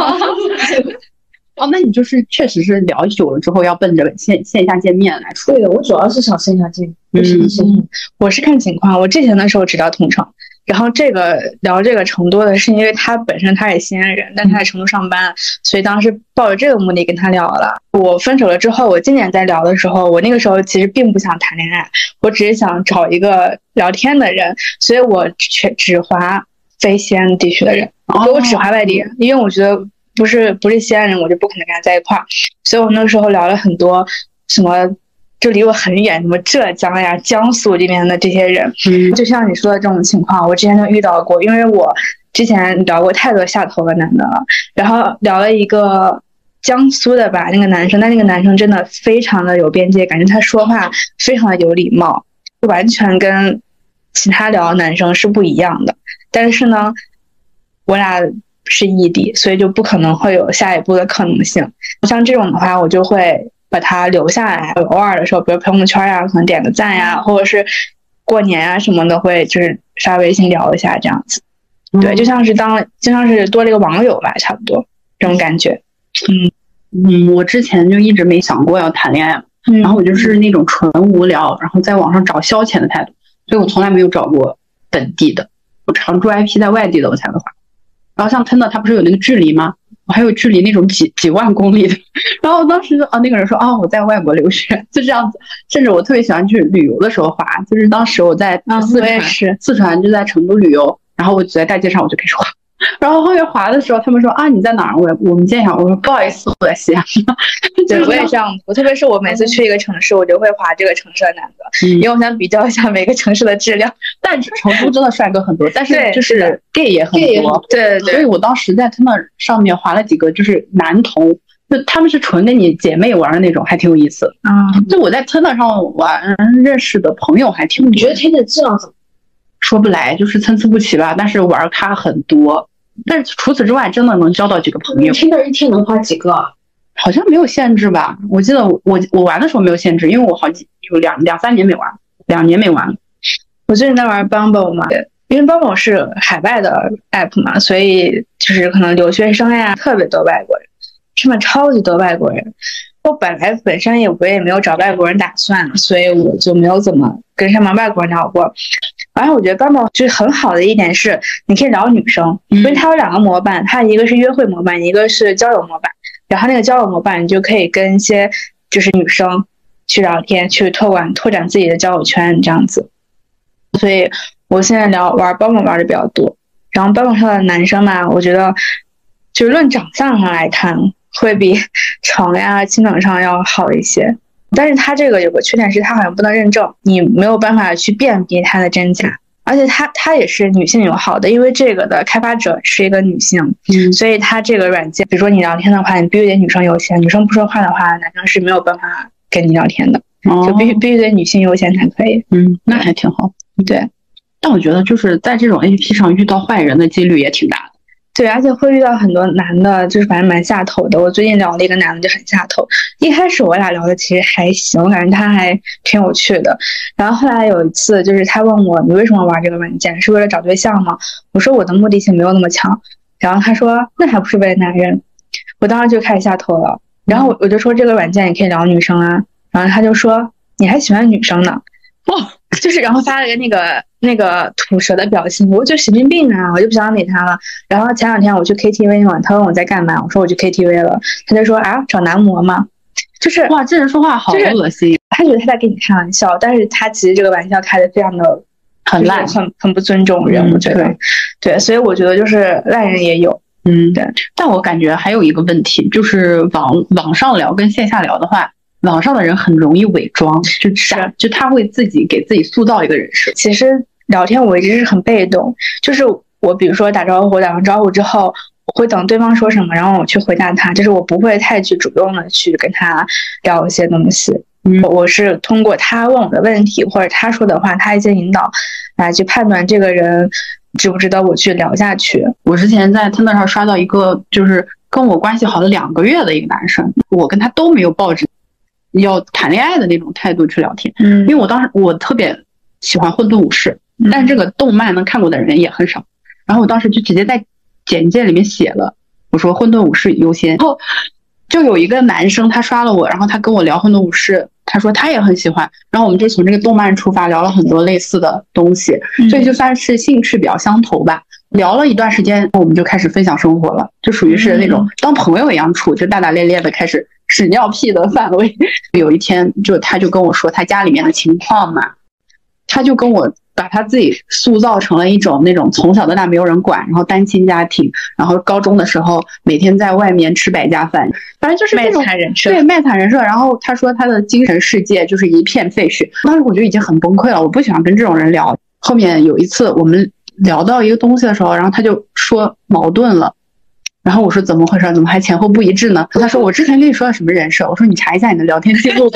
哦，那你就是确实是聊久了之后要奔着线线下见面来说。 对的，我主要是想线下见，不是线下。 我是看情况，我之前的时候只聊同城。然后这个聊这个成都的是因为他本身他是西安人，但他在成都上班，所以当时抱着这个目的跟他聊了。我分手了之后，我今年在聊的时候，我那个时候其实并不想谈恋爱，我只是想找一个聊天的人，所以我只只划非西安地区的人，我只划外地人，因为我觉得不是不是西安人，我就不可能跟他在一块儿。所以我那个时候聊了很多什么就离我很远，什么浙江呀、江苏这边的这些人。 嗯， 就像你说的这种情况，我之前就遇到过，因为我之前聊过太多下头的男的了，然后聊了一个江苏的吧，那个男生，但那个男生真的非常的有边界感，他说话非常的有礼貌，就完全跟其他聊的男生是不一样的。但是呢，我俩是异地，所以就不可能会有下一步的可能性。像这种的话，我就会把他留下来，偶尔的时候，比如朋友圈呀，可能点个赞呀，或者是过年啊什么的，会就是刷微信聊一下这样子。对，就像是当就像是多了一个网友吧，差不多这种感觉。 嗯嗯，我之前就一直没想过要谈恋爱， 嗯、 然后我就是那种纯无聊，然后在网上找消遣的态度，所以我从来没有找过本地的，我常住 I P 在外地的我才会滑。然后像 Tinder 它不是有那个距离吗？我还有距离那种几几万公里的，然后当时啊那个人说啊、哦、我在外国留学，就这样子。甚至我特别喜欢去旅游的时候滑，就是当时我在四川， 嗯、 四川就在成都旅游，然后我走在大街上我就开始滑。然后后面滑的时候，他们说啊你在哪儿？我我们见一下。我说不好意思，我在西安。 对，我也这样。我特别是我每次去一个城市，我就会滑这个城市的男的，嗯、因为我想比较一下每个城市的质量。 但成都真的帅哥很多，但是就是 gay 也很多。 对对对。 所以我当时在他那上面滑了几个，就是男同，就他们是纯跟你姐妹玩的那种，还挺有意思。 嗯， 就我在 Tinder 上玩认识的朋友还挺多。 你觉得 Tinder 质量怎么？ 说不来，就是参差不齐吧。但是玩咖很多。但是除此之外，真的能交到几个朋友。 Tinder一天能花几个啊？ 好像没有限制吧？我记得我我我玩的时候没有限制，因为我好几有两两三年没玩，两年没玩。 我最近在玩 Bumble 嘛，因为 Bumble 是海外的 app 嘛，所以就是可能留学生呀，特别多外国人，真的超级多外国人。我本来本身也我也没有找外国人打算，所以我就没有怎么跟上面外国人聊过。然后我觉得 Bumble 就是很好的一点是，你可以聊女生，因为它有两个模板，它一个是约会模板，一个是交友模板。然后那个交友模板，你就可以跟一些就是女生去聊天，去拓展拓展自己的交友圈这样子。所以我现在聊玩 Bumble 玩的比较多。然后 Bumble 上的男生嘛，我觉得就是论长相上来看，会比床呀、亲吻上要好一些。但是它这个有个缺点是，它好像不能认证，你没有办法去辨别它的真假。而且它它也是女性友好的，因为这个的开发者是一个女性，嗯，所以它这个软件，比如说你聊天的话，你必须得女生优先，女生不说话的话，男生是没有办法跟你聊天的，哦、就必须必须得女性优先才可以。 嗯，那还挺好。 对， 但我觉得就是在这种 A P P 上遇到坏人的几率也挺大的。 对，而且会遇到很多男的，就是反正蛮下头的。我最近聊了一个男的就很下头，一开始我俩聊的其实还行，我感觉他还挺有趣的。然后后来有一次，就是他问我你为什么玩这个软件，是为了找对象吗？我说我的目的性没有那么强。然后他说那还不是为了男人。我当时就开始下头了。然后我就说这个软件也可以聊女生啊。然后他就说你还喜欢女生呢。哦，就是然后发了个那个那个吐舌的表情，我就神经病啊，我就不想理他了。然后前两天我去 K T V 嘛，他问我在干嘛，我说我去 K T V 了，他就说啊找男模嘛，就是哇这人说话好恶心， 就是、他觉得他在跟你开玩笑，但是他其实这个玩笑开的非常的很烂， 很很不尊重人，我觉得、嗯、对，所以我觉得就是烂人也有， 嗯对，但我感觉还有一个问题就是网网上聊跟线下聊的话。网上的人很容易伪装，就就他会自己给自己塑造一个人设。 其实聊天我一直是很被动，就是我比如说打招呼，打完招呼之后，我会等对方说什么，然后我去回答他，就是我不会太去主动的去跟他聊一些东西。嗯，我是通过他问我的问题或者他说的话，他一些引导来去判断这个人值不值得我去聊下去。 我之前在 Tinder 上刷到一个就是跟我关系好了两个月的一个男生，我跟他都没有抱着要谈恋爱的那种态度去聊天，嗯，因为我当时我特别喜欢混沌武士，嗯、但是这个动漫能看过的人也很少，然后我当时就直接在简介里面写了，我说混沌武士优先，然后就有一个男生他刷了我，然后他跟我聊混沌武士，他说他也很喜欢，然后我们就从这个动漫出发聊了很多类似的东西，嗯、所以就算是兴趣比较相投吧。聊了一段时间，我们就开始分享生活了，就属于是那种当朋友一样处，就大大咧咧的开始屎尿屁的范围。有一天就他就跟我说他家里面的情况嘛， 他就跟我把他自己塑造成了一种那种从小到大没有人管，然后单亲家庭，然后高中的时候每天在外面吃百家饭，反正就是这种卖惨人设， 对，卖惨人设。然后他说他的精神世界就是一片废墟，当时我就已经很崩溃了，我不喜欢跟这种人聊。后面有一次我们聊到一个东西的时候，然后他就说矛盾了。然后我说怎么回事？怎么还前后不一致呢？他说我之前跟你说的什么人设？我说你查一下你的聊天记录吧。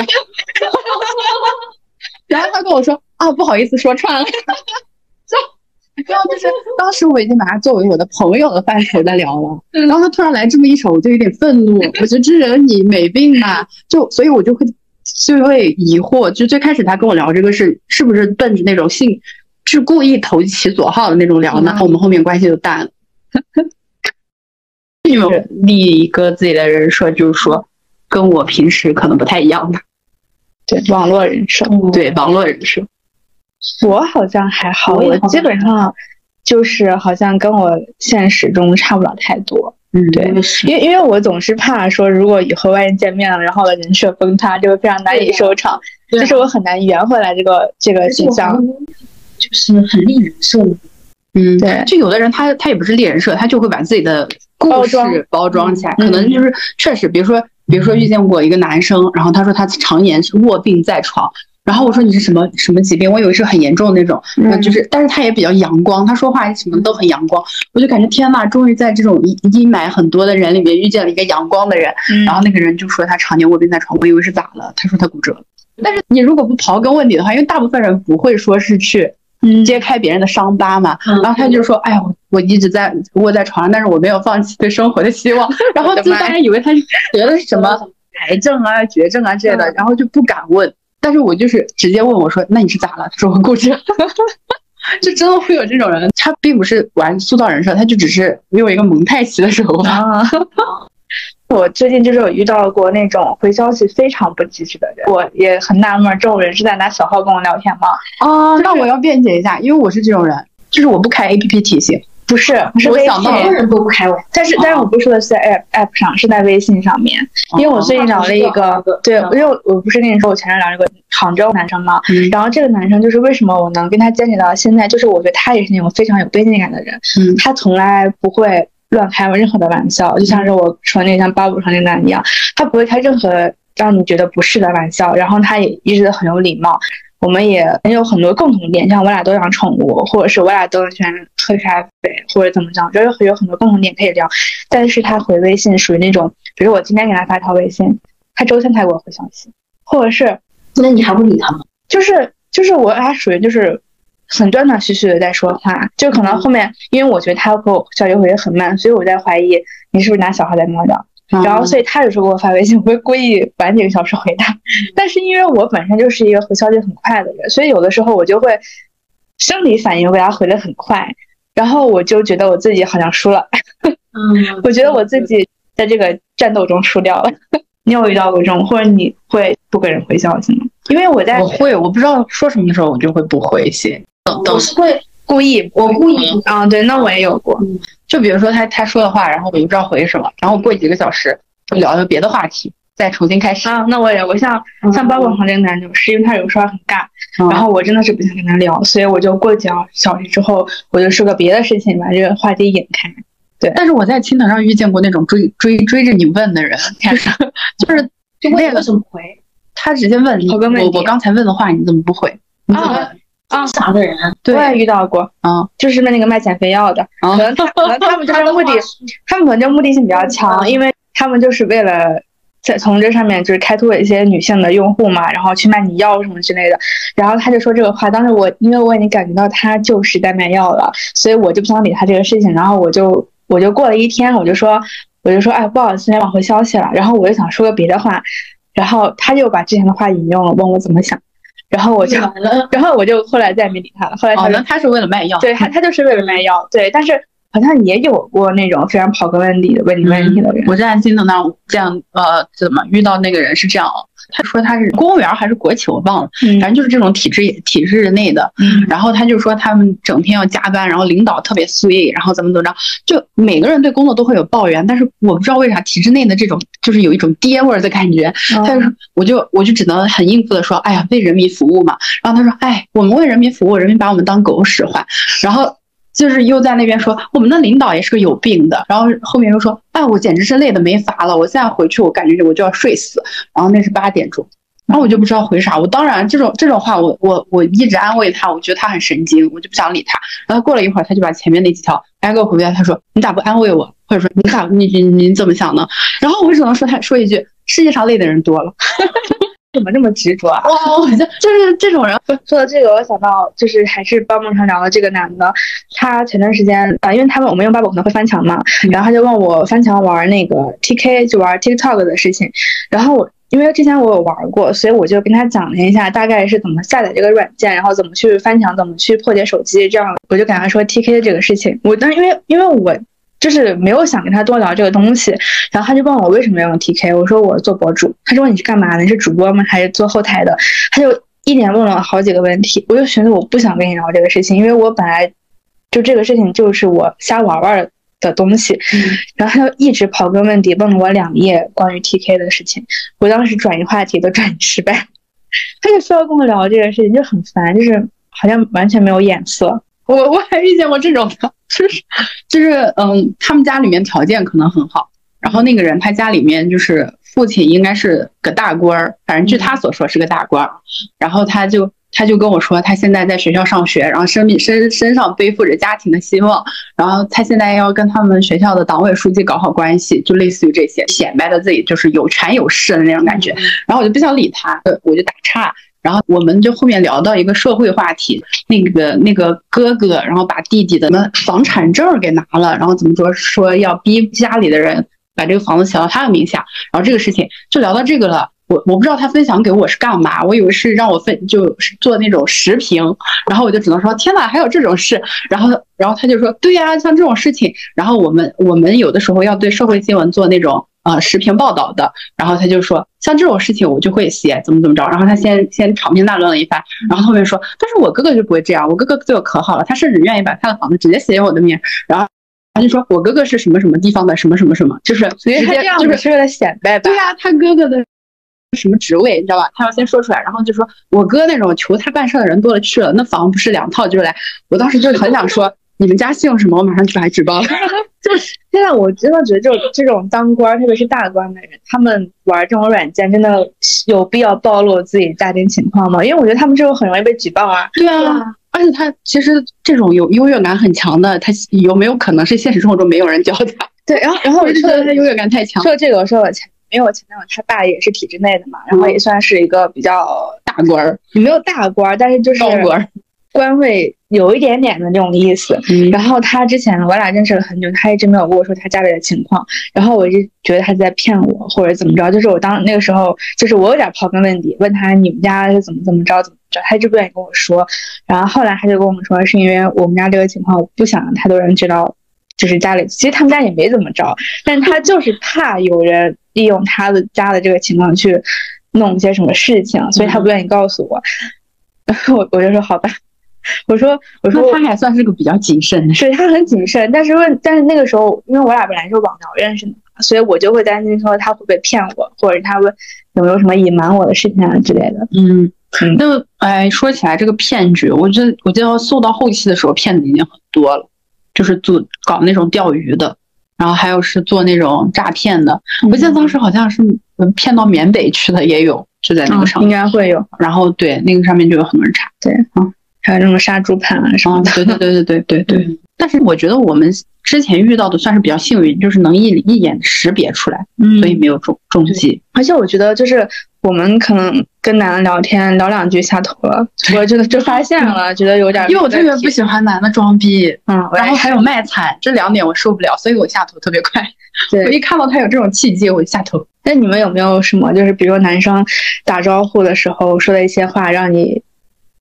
然后他跟我说啊，不好意思说串了。然后就是当时我已经把他作为我的朋友的范畴在聊了，然后他突然来这么一手，我就有点愤怒。我觉得这人你没病吧？就所以我就会就会疑惑，就最开始他跟我聊这个是是不是奔着那种性是故意投其所好的那种聊呢？嗯、我们后面关系就淡了。你们立一个自己的人设，就是说跟我平时可能不太一样的， 对网络人设， 对网络人设。 我好像还好，我基本上就是好像跟我现实中差不了太多。 嗯， 对，因为因为我总是怕说，如果以后万一见面了，然后人设崩塌，就会非常难以收场，就是我很难圆回来这个这个形象， 就是很立人设。 嗯， 对， 就有的人他他也不是立人设，他就会把自己的故事包装起来，嗯、可能就是确实，比如说比如说遇见过一个男生，然后他说他常年是卧病在床。然后我说你是什么什么疾病？我以为是很严重的那种，嗯，就是，但是他也比较阳光，他说话什么都很阳光，我就感觉天呐，终于在这种阴霾很多的人里面遇见了一个阳光的人。嗯、然后那个人就说他常年卧病在床，我以为是咋了？他说他骨折了。但是你如果不刨根问底的话，因为大部分人不会说是去揭开别人的伤疤嘛，嗯、然后他就说，哎呀，我我一直在卧在床上，但是我没有放弃对生活的希望。然后就大家以为他得了什么癌症啊、绝症啊之类的，然后就不敢问。但是我就是直接问我说那你是咋了？他说我骨折。就真的会有这种人，他并不是玩塑造人设，他就只是用一个蒙太奇的手法。啊、 我最近就是有遇到过那种回消息非常不及时的人，我也很纳闷，这种人是在拿小号跟我聊天吗？ 啊、就是，那我要辩解一下，因为我是这种人，就是我不开 A P P 提醒。 不是，不是微信， 好多人都不开我。 但是，但是我不是说的是在 app app 上，是在微信上面。因为我最近聊了一个，哦、对，因为我不是跟你说我前阵聊了一个杭州男生嘛，嗯、然后这个男生就是为什么我能跟他坚持到现在，就是我觉得他也是那种非常有边界感的人，嗯，他从来不会乱开任何的玩笑，就像是我说那个像巴布说那个男一样，他不会开任何让你觉得不适的玩笑，然后他也一直都很有礼貌。我们也有很多共同点，像我俩都养宠物，或者是我俩都喜欢喝咖啡，或者怎么着，就是有很多共同点可以聊。但是他回微信属于那种，比如我今天给他发条微信，他周三才给我回消息，或者是那你还不理他吗？ 就是就是我俩属于就是很断断续续的在说话，就可能后面因为我觉得他给我消息回的很慢，所以我在怀疑你是不是拿小号在摸着。然后，所以他有时候给我发微信，我会故意晚几个小时回他。但是因为我本身就是一个回消息很快的人，所以有的时候我就会生理反应给他回的很快，然后我就觉得我自己好像输了。嗯，我觉得我自己在这个战斗中输掉了。你有遇到过这种，或者你会不给人回消息吗？因为我在我会，我不知道说什么的时候，我就会不回信。 等等，我是会故意， 我故意啊、嗯，对，那我也有过。 嗯，就比如说他他说的话，然后我就不知道回什么，然后过几个小时就聊一个别的话题，再重新开始啊。那我也我像像包括旁这个男的，是因为他有时候很尬，嗯、然后我真的是不想跟他聊，所以我就过几个小时之后，我就说个别的事情把这个话题引开。对， 但是我在青藤上遇见过那种追追追着你问的人，就是就是就为了怎么回， 他直接问你，我我刚才问的话你怎么不回？你怎么？ 啊啊，傻的人， 对，我也遇到过，啊、嗯，就是那个卖减肥药的，啊、可能他可能他们就是目的，他们可能就目的性比较强，因为他们就是为了在从这上面就是开拓一些女性的用户嘛，然后去卖你药什么之类的，然后他就说这个话，当时我因为我已经感觉到他就是在卖药了，所以我就不想理他这个事情，然后我就我就过了一天，我就说我就说哎不好意思，没往回消息了，然后我就想说个别的话，然后他就把之前的话引用了，问我怎么想。然后我就，然后我就后来再也没理他了。后来他、 哦、那他是为了卖药， 对他他就是为了卖药，对。但是好像也有过那种非常刨根问底的问你问题的人。 嗯、我在新东当这样呃怎么遇到那个人是这样，他说他是公务员还是国企我忘了， 嗯、 反正就是这种体制体制内的。 嗯、 然后他就说他们整天要加班，然后领导特别碎，然后怎么怎么着，就每个人对工作都会有抱怨，但是我不知道为啥体制内的这种就是有一种爹味儿的感觉。 哦、 他就说我就我就只能很应付的说，哎呀为人民服务嘛。然后他说，哎我们为人民服务，人民把我们当狗使唤。然后就是又在那边说我们的领导也是个有病的，然后后面又说，哎我简直是累得没法了，我现在回去我感觉我就要睡死。然后那是八点钟，然后我就不知道回啥。我当然这种这种话我我我一直安慰他，我觉得他很神经，我就不想理他。然后过了一会儿他就把前面那几条挨个回答，他说你咋不安慰我，或者说你咋你你你怎么想呢？然后我只能说他说一句，世界上累的人多了。 怎么这么执着啊？ 哇，我就就是这种人。 说到这个，我想到就是还是报幕上聊的这个男的，他前段时间啊，因为他们我们用八宝可能会翻墙嘛，然后他就问我翻墙玩那个 T K 就玩 TikTok 的事情，然后我因为之前我有玩过，所以我就跟他讲了一下大概是怎么下载这个软件，然后怎么去翻墙，怎么去破解手机，这样我就跟他说 T K 这个事情。我当时因为因为我就是没有想跟他多聊这个东西，然后他就问我为什么要用 T K， 我说我做博主，他说你是干嘛的？你是主播吗？还是做后台的？他就一连问了好几个问题，我就觉得我不想跟你聊这个事情，因为我本来就这个事情就是我瞎玩玩的东西，嗯、然后他就一直刨根问底，问了我两页关于 T K 的事情，我当时转移话题都转移失败，他就非要跟我聊这个事情，就很烦，就是好像完全没有眼色。 我我还遇见过这种的，就是就是嗯，他们家里面条件可能很好，然后那个人他家里面就是父亲应该是个大官儿，反正据他所说是个大官儿，然后他就他就跟我说他现在在学校上学，然后身身身上背负着家庭的希望，然后他现在要跟他们学校的党委书记搞好关系，就类似于这些，显摆的自己就是有权有势的那种感觉。然后我就不想理他，我就打岔。然后我们就后面聊到一个社会话题，那个那个哥哥，然后把弟弟的房产证给拿了，然后怎么说说要逼家里的人把这个房子写到他的名下，然后这个事情就聊到这个了。我我不知道他分享给我是干嘛，我以为是让我分就是做那种时评，然后我就只能说天哪，还有这种事。然后然后他就说对呀、啊，像这种事情，然后我们我们有的时候要对社会新闻做那种。呃，时评报道的，然后他就说，像这种事情我就会写，怎么怎么着，然后他先先长篇大论了一番，然后后面说，但是我哥哥就不会这样，我哥哥对我可好了，他甚至愿意把他的房子直接写我的名，然后他就说我哥哥是什么什么地方的什么什么什么，就是所以他这样就是为了显摆吧？ 对呀、啊，他哥哥的什么职位你知道吧？他要先说出来，然后就说我哥那种求他办事的人多了去了，那房不是两套就是来，我当时就很想说。你们家姓什么？我马上就来举报了。 就是现在，我真的觉得这种这种当官，特别是大官的人，他们玩这种软件，真的有必要暴露自己家庭情况吗？因为我觉得他们这种很容易被举报啊。 对啊，而且他其实这种有优越感很强的，他有没有可能是现实生活中没有人教他？ 对，然后然后我就觉得他优越感太强。 说这个，我说我前因为我前男友他爸也是体制内的嘛，然后也算是一个比较大官儿， 没有大官，但是就是高官。 官位有一点点的这种意思、嗯、然后他之前我俩认识了很久，他一直没有跟我说他家里的情况，然后我就觉得他在骗我或者怎么着，就是我当那个时候就是我有点刨根问底，问他你们家是怎么怎么着怎么着，他一直不愿意跟我说，然后后来他就跟我们说是因为我们家这个情况我不想让太多人知道，就是家里其实他们家也没怎么着，但他就是怕有人利用他的家的这个情况去弄一些什么事情，所以他不愿意告诉我、嗯、然后我我就说好吧，我说我说他还算是个比较谨慎的， 对，他很谨慎，但是问但是那个时候因为我俩本来是网聊认识的，所以我就会担心说他会不会骗我，或者他会有没有什么隐瞒我的事情啊之类的。 嗯，那哎，说起来这个骗局，我觉得我记得送到后期的时候，骗子已经很多了，就是做搞那种钓鱼的，然后还有是做那种诈骗的。嗯、我记得当时好像是骗到缅北去的也有，就在那个上面、 嗯、应该会有。 然后对那个上面就有很多人查， 对，嗯。还有那种杀猪盘啊什么的、 哦、对对对对对对对。但是我觉得我们之前遇到的算是比较幸运，就是能一一眼识别出来，嗯，所以没有中中计。 而且我觉得就是我们可能跟男的聊天聊两句下头了，我觉得就发现了，觉得有点。 因为我特别不喜欢男的装逼， 嗯， 然后还有卖惨，这两点我受不了，所以我下头特别快。 对， 我一看到他有这种契机，我就下头。 那你们有没有什么，就是比如说男生打招呼的时候说的一些话，让你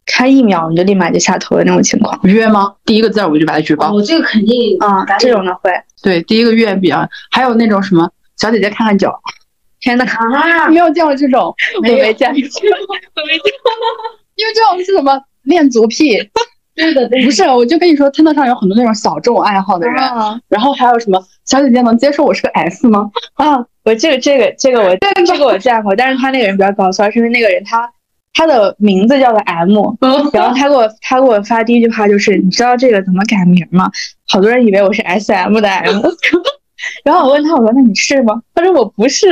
看一秒你就立马就下头的那种情况。 约吗？第一个字我就把他举报。 我、哦、这个肯定啊、嗯，这种的会。 对，第一个月比较，还有那种什么小姐姐看看脚。 天呐， 啊， 没有见过这种， 我没见过，我没见过，因为这种是什么恋足癖？ 对的，对的， 不是，我就跟你说 ，Tinder 上有很多那种小众爱好的人， 啊、 然后还有什么小姐姐能接受我是个 S 吗？ 啊，我这个这个这个我这个我见过，但是他那个人比较搞笑，是因为那个人他他的名字叫做 M， 然后他给我他给我发第一句话就是你知道这个怎么改名吗？好多人以为我是 S M 的 M。然后我问他，我说那你是吗？他说我不是。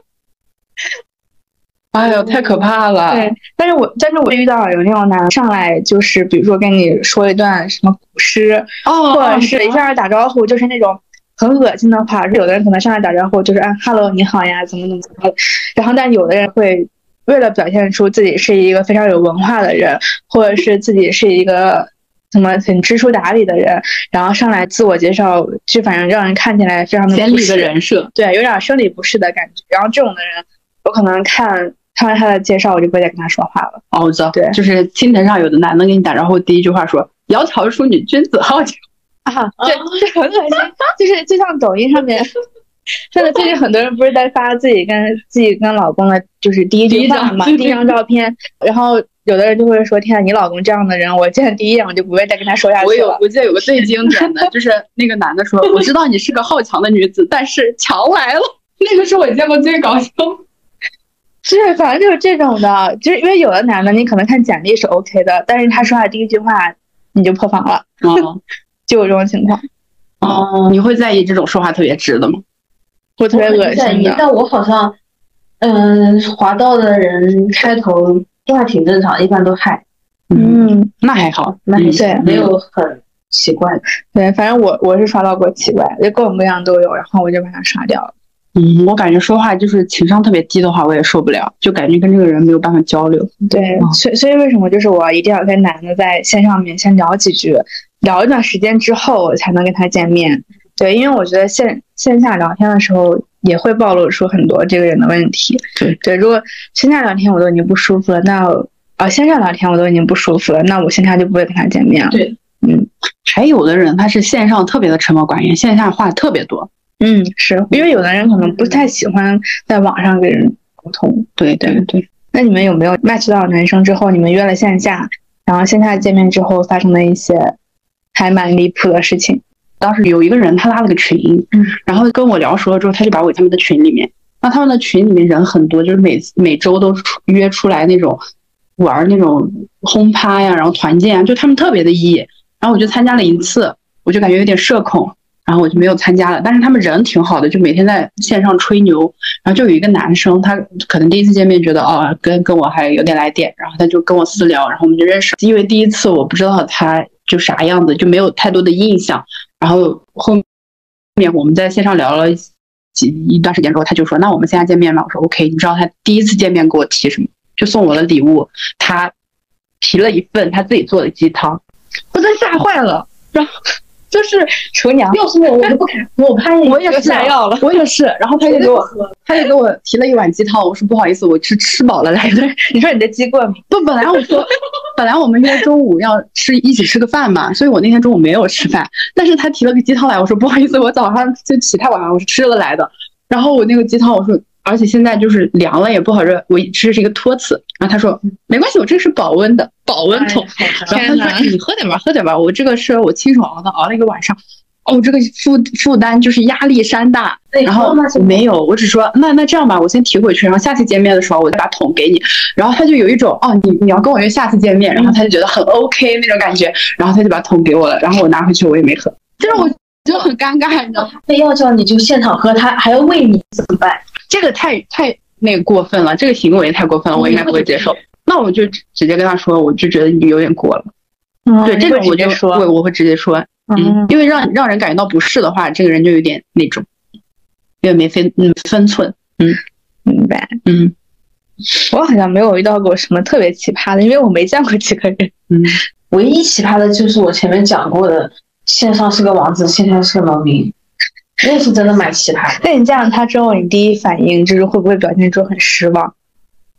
哎呦，太可怕了！ 对，但是我但是我遇到有那种男上来就是比如说跟你说一段什么古诗， 哦， 或者是一下打招呼就是那种很恶心的话，有的人可能上来打招呼就是啊 hello 你好呀，怎么怎么怎么的，然后但有的人会为了表现出自己是一个非常有文化的人，或者是自己是一个什么很知书达理的人，然后上来自我介绍，就反正让人看起来非常的建立一个人设， 对，有点生理不适的感觉。然后这种的人，我可能看看完他的介绍，我就不会再跟他说话了。 哦，我知道， 对， 就是青藤上有的男的跟你打招呼，第一句话说“窈窕淑女，君子好逑” 啊，这这很恶心，就是就像抖音上面。现在最近很多人不是在发自己跟自己跟老公的，就是第一句话嘛，第一张照片，然后有的人就会说：“天啊，你老公这样的人，我见第一眼我就不会再跟他说下去了。” 我有，我记得有个最经典的，就是那个男的说：“我知道你是个好强的女子，但是强来了。”那个是我见过最搞笑。 是，反正就是这种的，就是因为有的男的你可能看简历是 OK 的，但是他说话第一句话你就破防了， 嗯， 就有这种情况。 哦，你会在意这种说话特别直的吗？ 我特别恶心的， 但我好像，嗯、呃，滑道的人开头说话挺正常，一般都嗨。 嗯，那还好， 那还对， 没有很奇怪。 对，反正我我是刷到过奇怪，就各种各样都有，然后我就把它刷掉了。 嗯，我感觉说话就是情商特别低的话，我也受不了，就感觉跟这个人没有办法交流。 对，嗯、所以所以为什么就是我一定要跟男的在线上面先聊几句，聊一段时间之后我才能跟他见面。对，因为我觉得线线下聊天的时候也会暴露出很多这个人的问题。 对对，如果线下聊天我都已经不舒服了，那啊线上聊天我都已经不舒服了，那我线下就不会跟他见面了。 对， 嗯， 还有的人他是线上特别的沉默寡言，线下话特别多。 嗯，是因为有的人可能不太喜欢在网上跟人沟通。 对对对。 那你们有没有 match 到男生之后，你们约了线下，然后线下见面之后发生的一些还蛮离谱的事情？ 当时有一个人他拉了个群， 嗯， 然后跟我聊熟了之后，他就把我给他们的群里面，那他们的群里面人很多，就是每每周都出约出来那种玩那种轰趴呀，然后团建啊，就他们特别的 E， 然后我就参加了一次，我就感觉有点社恐，然后我就没有参加了。但是他们人挺好的，就每天在线上吹牛，然后就有一个男生，他可能第一次见面觉得哦跟跟我还有点来电，然后他就跟我私聊，然后我们就认识。因为第一次我不知道他就啥样子，就没有太多的印象。然后后面我们在线上聊了几一段时间之后，他就说那我们线下见面吧。我说 OK。 你知道他第一次见面给我提什么？就送我的礼物，他提了一份他自己做的鸡汤，我真吓坏了。然后就是厨娘， 要是我我就不敢，我怕我也是要了， 我也是。然后他就给我他就给我提了一碗鸡汤，我说不好意思，我是吃饱了来的。 你说你的鸡过敏？ 不，本来我说本来我们约中午要吃一起吃个饭嘛，所以我那天中午没有吃饭。但是他提了个鸡汤来，我说不好意思，我早上就起太晚了，我是吃了来的。然后我那个鸡汤，我说而且现在就是凉了也不好热，我吃的是一个托词。然后他说没关系，我这个是保温的保温桶。 哎、 然后他说你喝点吧喝点吧，我这个是我亲手熬的，熬了一个晚上。哦，这个负负担就是压力山大。然后没有，我只说那那这样吧，我先提回去，然后下次见面的时候我再把桶给你。然后他就有一种哦，你你要跟我约下次见面，然后他就觉得很 OK 那种感觉，然后他就把桶给我了，然后我拿回去我也没喝，就是我就很尴尬，你知道吗？ 非要叫你就现场喝，他还要喂你怎么办？ 这个太太那个过分了，这个行为太过分了，我应该不会接受。那我就直接跟他说，我就觉得你有点过了。 嗯、 对，这种我就说，我我会直接说。嗯，因为让让人感觉到不适的话，这个人就有点那种，有点没分嗯分寸。嗯， 明白。 嗯， 我好像没有遇到过什么特别奇葩的，因为我没见过几个人。 嗯， 唯一奇葩的就是我前面讲过的，线上是个王子，线下是个农民，那是真的蛮奇葩的。 那你见了他之后，你第一反应就是会不会表现出很失望？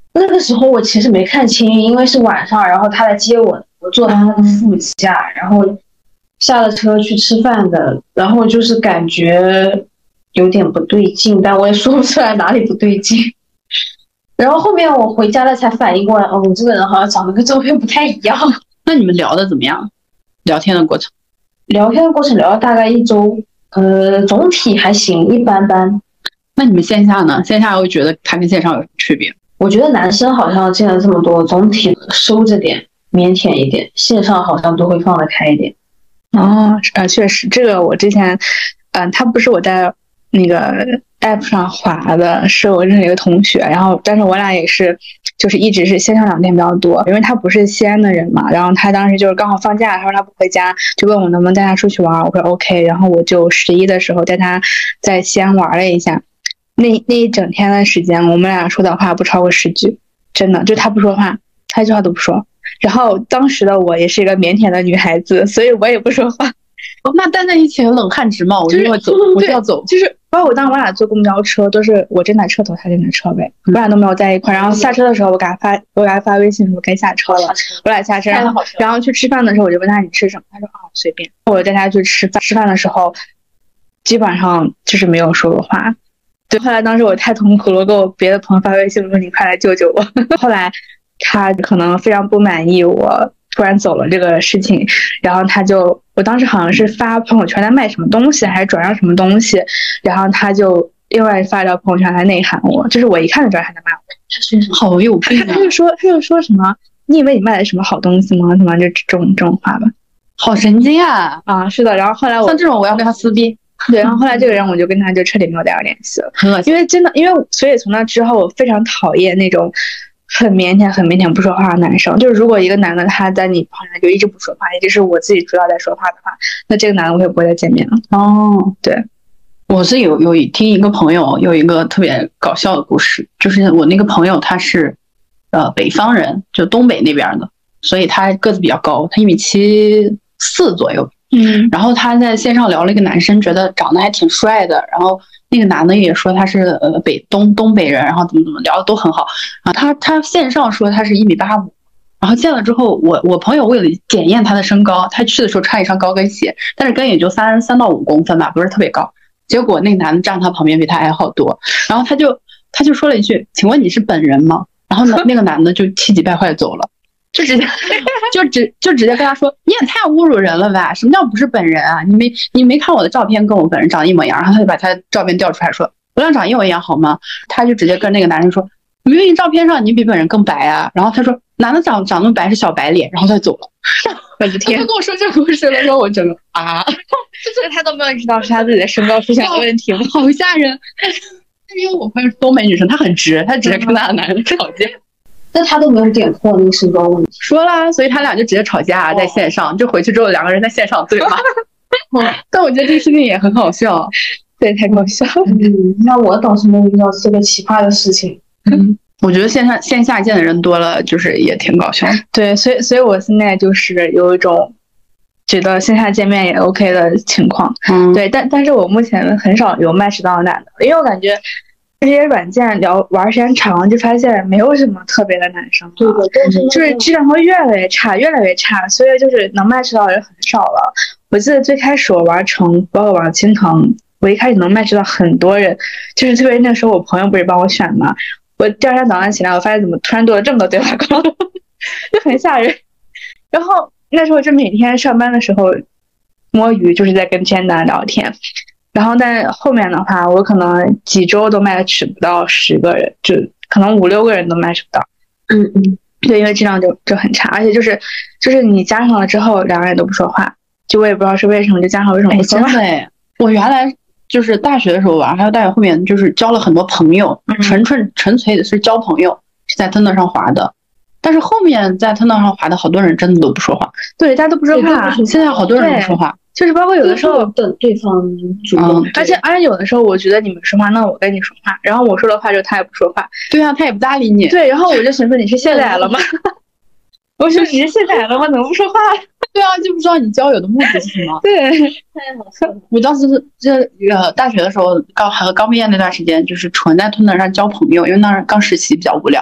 那个时候我其实没看清，因为是晚上，然后他来接我，我坐他的副驾，然后下了车去吃饭的，然后就是感觉有点不对劲，但我也说不出来哪里不对劲。然后后面我回家了才反应过来，哦，我这个人好像长得跟照片不太一样。 那你们聊的怎么样？聊天的过程？ 聊天的过程聊了大概一周，呃，总体还行，一般般。 那你们线下呢？线下会觉得它跟线上有区别？ 我觉得男生好像见了这么多，总体收着点，腼腆一点，线上好像都会放得开一点。 哦，呃，确实，这个我之前，嗯、呃，他不是我在那个 app 上滑的，是我认识一个同学，然后但是我俩也是，就是一直是线上聊天比较多，因为他不是西安的人嘛，然后他当时就是刚好放假，他说他不回家，就问我能不能带他出去玩，我说 OK， 然后我就十一的时候带他在西安玩了一下，那那一整天的时间，我们俩说的话不超过十句，真的，就他不说话，他一句话都不说。然后当时的我也是一个腼腆的女孩子，所以我也不说话。 哦，那待在一起冷汗直冒，我就要走，我就要走。 就是包括当时我俩坐公交车，都是我站在车头，他站在车尾，我俩都没有在一块。然后下车的时候，我给他发，我给他发微信说该下车了，我俩下车。然后然后去吃饭的时候，我就问他你吃什么，他说啊随便。我带他去吃饭，吃饭的时候基本上就是没有说过话。对，后来当时我太痛苦了，给我别的朋友发微信说你快来救救我。后来他可能非常不满意我突然走了这个事情，然后他就，我当时好像是发朋友圈在卖什么东西，还是转让什么东西，然后他就另外发一条朋友圈来内涵我，就是我一看就知道他在骂我， 好有病啊！ 他就说他就说什么，你以为你卖的什么好东西吗？什么就这种这种话吧。 好神经啊！ 啊，是的。然后后来我像这种我要跟他撕逼。 对，然后后来这个人我就跟他就彻底没有再有联系了， 很恶心。 因为真的，因为所以从那之后我非常讨厌那种很腼腆、很腼腆不说话的男生。就是如果一个男的他在你旁边就一直不说话，一直是我自己主要在说话的话，那这个男的我也不会再见面了。 哦， 对， 我是有有听一个朋友有一个特别搞笑的故事，就是我那个朋友他是呃北方人，就东北那边的，所以他个子比较高，他一米七四左右。 嗯， 然后他在线上聊了一个男生，觉得长得还挺帅的，然后那个男的也说他是呃北东东北人，然后怎么怎么聊的都很好啊。他他线上说他是一米八五，然后见了之后，我我朋友为了检验他的身高，他去的时候穿一双高跟鞋，但是跟也就三三到五公分吧，不是特别高。结果那个男的站他旁边比他矮好多，然后他就他就说了一句：“请问你是本人吗？”然后呢，那个男的就气急败坏走了。就直接就直就直接跟他说，你也太侮辱人了吧？什么叫不是本人啊？你没你没看我的照片跟我本人长得一模一样？然后他就把他的照片调出来说，我俩长一模一样好吗？他就直接跟那个男人说，明明照片上你比本人更白啊。然后他说，男的长长那么白是小白脸，然后他就走了。 我的天！ 他跟我说这故事的时候，我整个啊， 就是他都没有意识到是他自己的身高出现了问题吗？ 好吓人！因为我朋友是东北女生，她很直，她直接跟她的男人吵架。 但他都没有点破那个身高问题， 说了，所以他俩就直接吵架，在线上，就回去之后两个人在线上对骂。但我觉得这个事情也很好笑， 对，太搞笑了。 嗯，那我倒是没有遇到这个奇葩的事情。 嗯，我觉得线上线下见的人多了，就是也挺搞笑。 对，所以所以我现在就是有一种觉得线下见面也 OK 的情况。 嗯， 对，但但是我目前很少有match到男的，因为我感觉这些软件聊玩时间长，就发现没有什么特别的男生， 对对对， 就是质量会越来越差，越来越差，所以就是能 match 到的人很少了。我记得最开始我玩城，包括玩青藤，我一开始能 match 到很多人，就是特别那时候我朋友不是帮我选嘛，我第二天早上起来，我发现怎么突然多了这么多对话框，就很吓人。然后那时候就每天上班的时候摸鱼，就是在跟天男聊天。然后但后面的话，我可能几周都 match 不到十个人，就可能五六个人都 match 不到。 嗯嗯， 对，因为质量就就很差，而且就是就是你加上了之后，两个人都不说话，就我也不知道是为什么，就加上为什么不说话。 哎，真的哎，我原来就是大学的时候玩，还有大学后面就是交了很多朋友， 嗯、 纯纯纯粹的是交朋友，是在 Tinder 上滑的。但是后面在 Tinder 上滑的好多人真的都不说话， 对，大家都不说话。 现在好多人不说话。 就是包括有的时候等对方主动、 嗯， 而且而且有的时候我觉得你们说话，那我跟你说话，然后我说的话就他也不说话， 对啊，他也不搭理你， 对，然后我就寻思你是卸载了吗？我说你是卸载了吗？怎么不说话？ 对啊，就不知道你交友的目的是什么。 对， 太好笑了。 我当时这呃大学的时候刚还刚毕业那段时间，就是纯在 Tinder 上交朋友，因为那刚实习比较无聊，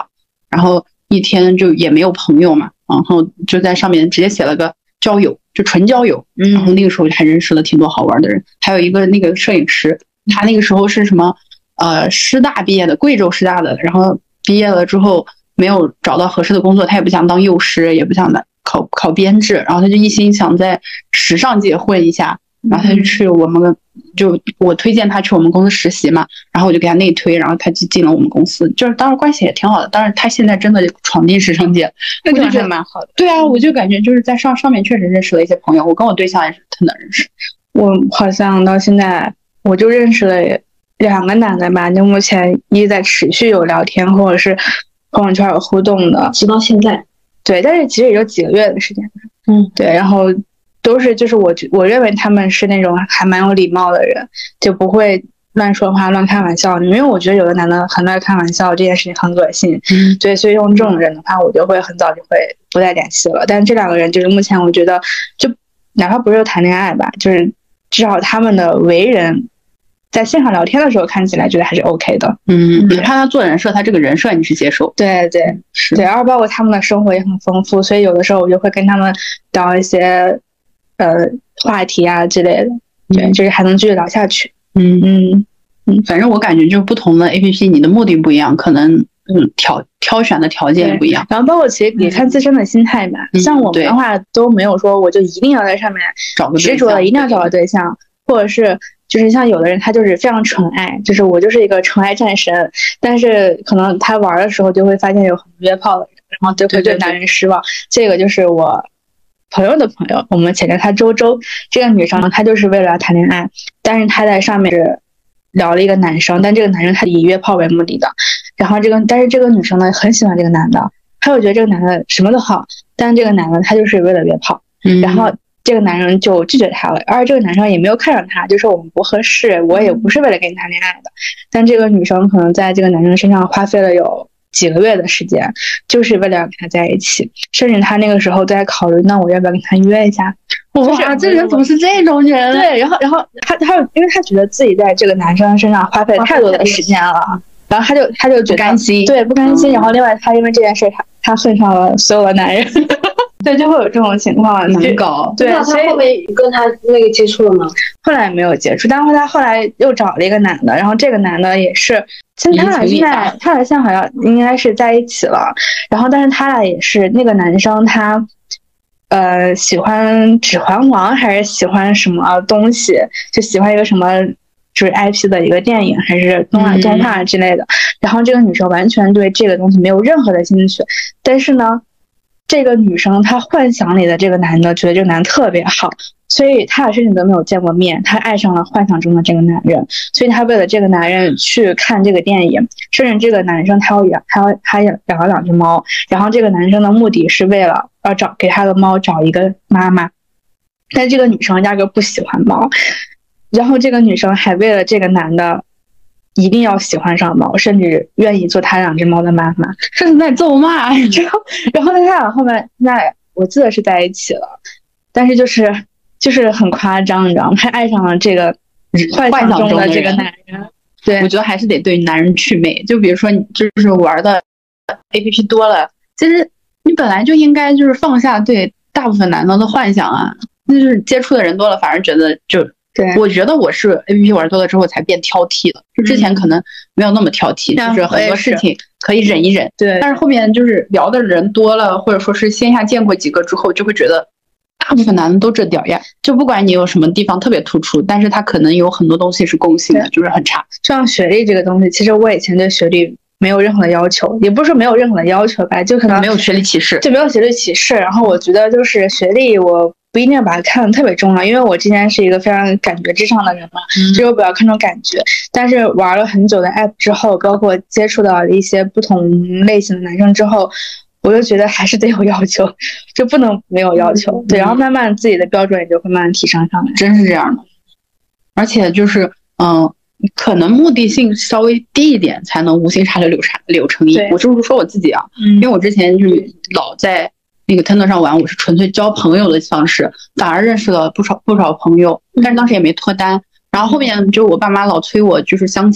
然后一天就也没有朋友嘛，然后就在上面直接写了个交友，就纯交友。然后那个时候还认识了挺多好玩的人，还有一个那个摄影师，他那个时候是什么呃师大毕业的，贵州师大的，然后毕业了之后没有找到合适的工作，他也不想当幼师，也不想考考编制，然后他就一心想在时尚界混一下，然后他就去我们就我推荐他去我们公司实习嘛，然后我就给他内推，然后他就进了我们公司，就是当时关系也挺好的。当然他现在真的闯进时尚界， 那就觉得蛮好的。 对啊，我就感觉就是在上上面确实认识了一些朋友，我跟我对象也是真的认识。 我好像到现在我就认识了两个男的吧，就目前一直在持续有聊天或者是朋友圈有互动的， 直到现在。 对，但是其实也就几个月的时间。 嗯， 对，然后都是就是我我认为他们是那种还蛮有礼貌的人，就不会乱说话乱开玩笑，因为我觉得有的男的很爱开玩笑，这件事情很恶心。 嗯， 对，所以用这种人的话，我就会很早就会不再联系了。但这两个人就是目前我觉得，就哪怕不是谈恋爱吧，就是至少他们的为人，在线上聊天的时候看起来觉得还是 OK 的。 嗯，哪怕他做人设，他这个人设你是接受。 对对是， 对，而包括他们的生活也很丰富，所以有的时候我就会跟他们聊一些呃话题啊之类的，对， 嗯、 就是还能继续聊下去。 嗯嗯嗯，反正我感觉就不同的 A P P， 你的目的不一样，可能嗯挑挑选的条件也不一样。 然后包括其实也看自身的心态吧， 嗯、 像我们的话都没有说我就一定要在上面找个执着的一定要找个对象，或者是。就是像有的人他就是非常纯爱，就是我就是一个纯爱战神，但是可能他玩的时候就会发现有很多约炮的人，然后就会对男人失望。对对对，这个就是我朋友的朋友，我们且叫她周周，这个女生呢她就是为了要谈恋爱，但是她在上面是聊了一个男生，但这个男生他以约炮为目的的，然后这个但是这个女生呢很喜欢这个男的，她又觉得这个男的什么都好，但这个男的他就是为了约炮， 嗯、 然后这个男人就拒绝她了，而这个男生也没有看上她，就说我们不合适，我也不是为了跟你谈恋爱的。但这个女生可能在这个男生身上花费了有几个月的时间，就是为了要跟他在一起，甚至他那个时候在考虑，那我要不要跟他约一下？ 哇，这人怎么是这种人？ 对，然后然后他他因为他觉得自己在这个男生身上花费太多的时间了，然后他就他就觉得不甘心， 对，不甘心。然后另外他因为这件事，他他恨上了所有的男人。对，就会有这种情况， 难搞。 对， 那他后面跟他那个接触了吗？ 后来没有接触，但是他后来又找了一个男的，然后这个男的也是，其实他俩现在他俩现在好像应该是在一起了，然后但是他俩也是那个男生他，呃，喜欢《指环王》还是喜欢什么东西，就喜欢一个什么就是 I P 的一个电影还是动画动画之类的，嗯、然后这个女生完全对这个东西没有任何的兴趣，但是呢。这个女生她幻想里的这个男的觉得这个男的特别好，所以他俩甚至都没有见过面，她爱上了幻想中的这个男人，所以她为了这个男人去看这个电影，甚至这个男生他要养他要他养养了两只猫，然后这个男生的目的是为了要找给他的猫找一个妈妈，但这个女生压根不喜欢猫，然后这个女生还为了这个男的一定要喜欢上猫，甚至愿意做他两只猫的妈妈， 这是在咒骂。 然后，然后他俩后面那我记得是在一起了，但是就是就是很夸张，你知道吗？他爱上了这个幻想中的这个男人。对， 我觉得还是得对男人祛魅。就比如说，你就是玩的 A P P 多了，其实你本来就应该就是放下对大部分男的的幻想啊，就是接触的人多了，反而觉得就。 对， 我觉得我是 A P P 玩多了之后才变挑剔的，就之前可能没有那么挑剔，嗯、就是很多事情可以忍一忍。 对， 但是后面就是聊的人多了，或者说是线下见过几个之后，就会觉得大部分男的都这屌样，就不管你有什么地方特别突出，但是他可能有很多东西是共性的，就是很差。 像学历这个东西，其实我以前对学历没有任何的要求，也不是说没有任何的要求吧，就可能没有学历歧视， 就没有学历歧视。然后我觉得就是学历我。不一定要把它看得特别重要，因为我之前是一个非常感觉至上的人嘛， 嗯、 所以我比较看重感觉。但是玩了很久的 app 之后，包括接触到一些不同类型的男生之后，我就觉得还是得有要求，就不能没有要求。嗯、对，然后慢慢自己的标准也就会慢慢提升上来。 真是这样的，而且就是嗯、呃，可能目的性稍微低一点，才能无心插柳柳插柳成荫。我就是说我自己啊， 嗯、 因为我之前就是老在。那个 Tinder 上玩，我是纯粹交朋友的方式，反而认识了不少不少朋友，但是当时也没脱单。然后后面就我爸妈老催我就是相亲嘛，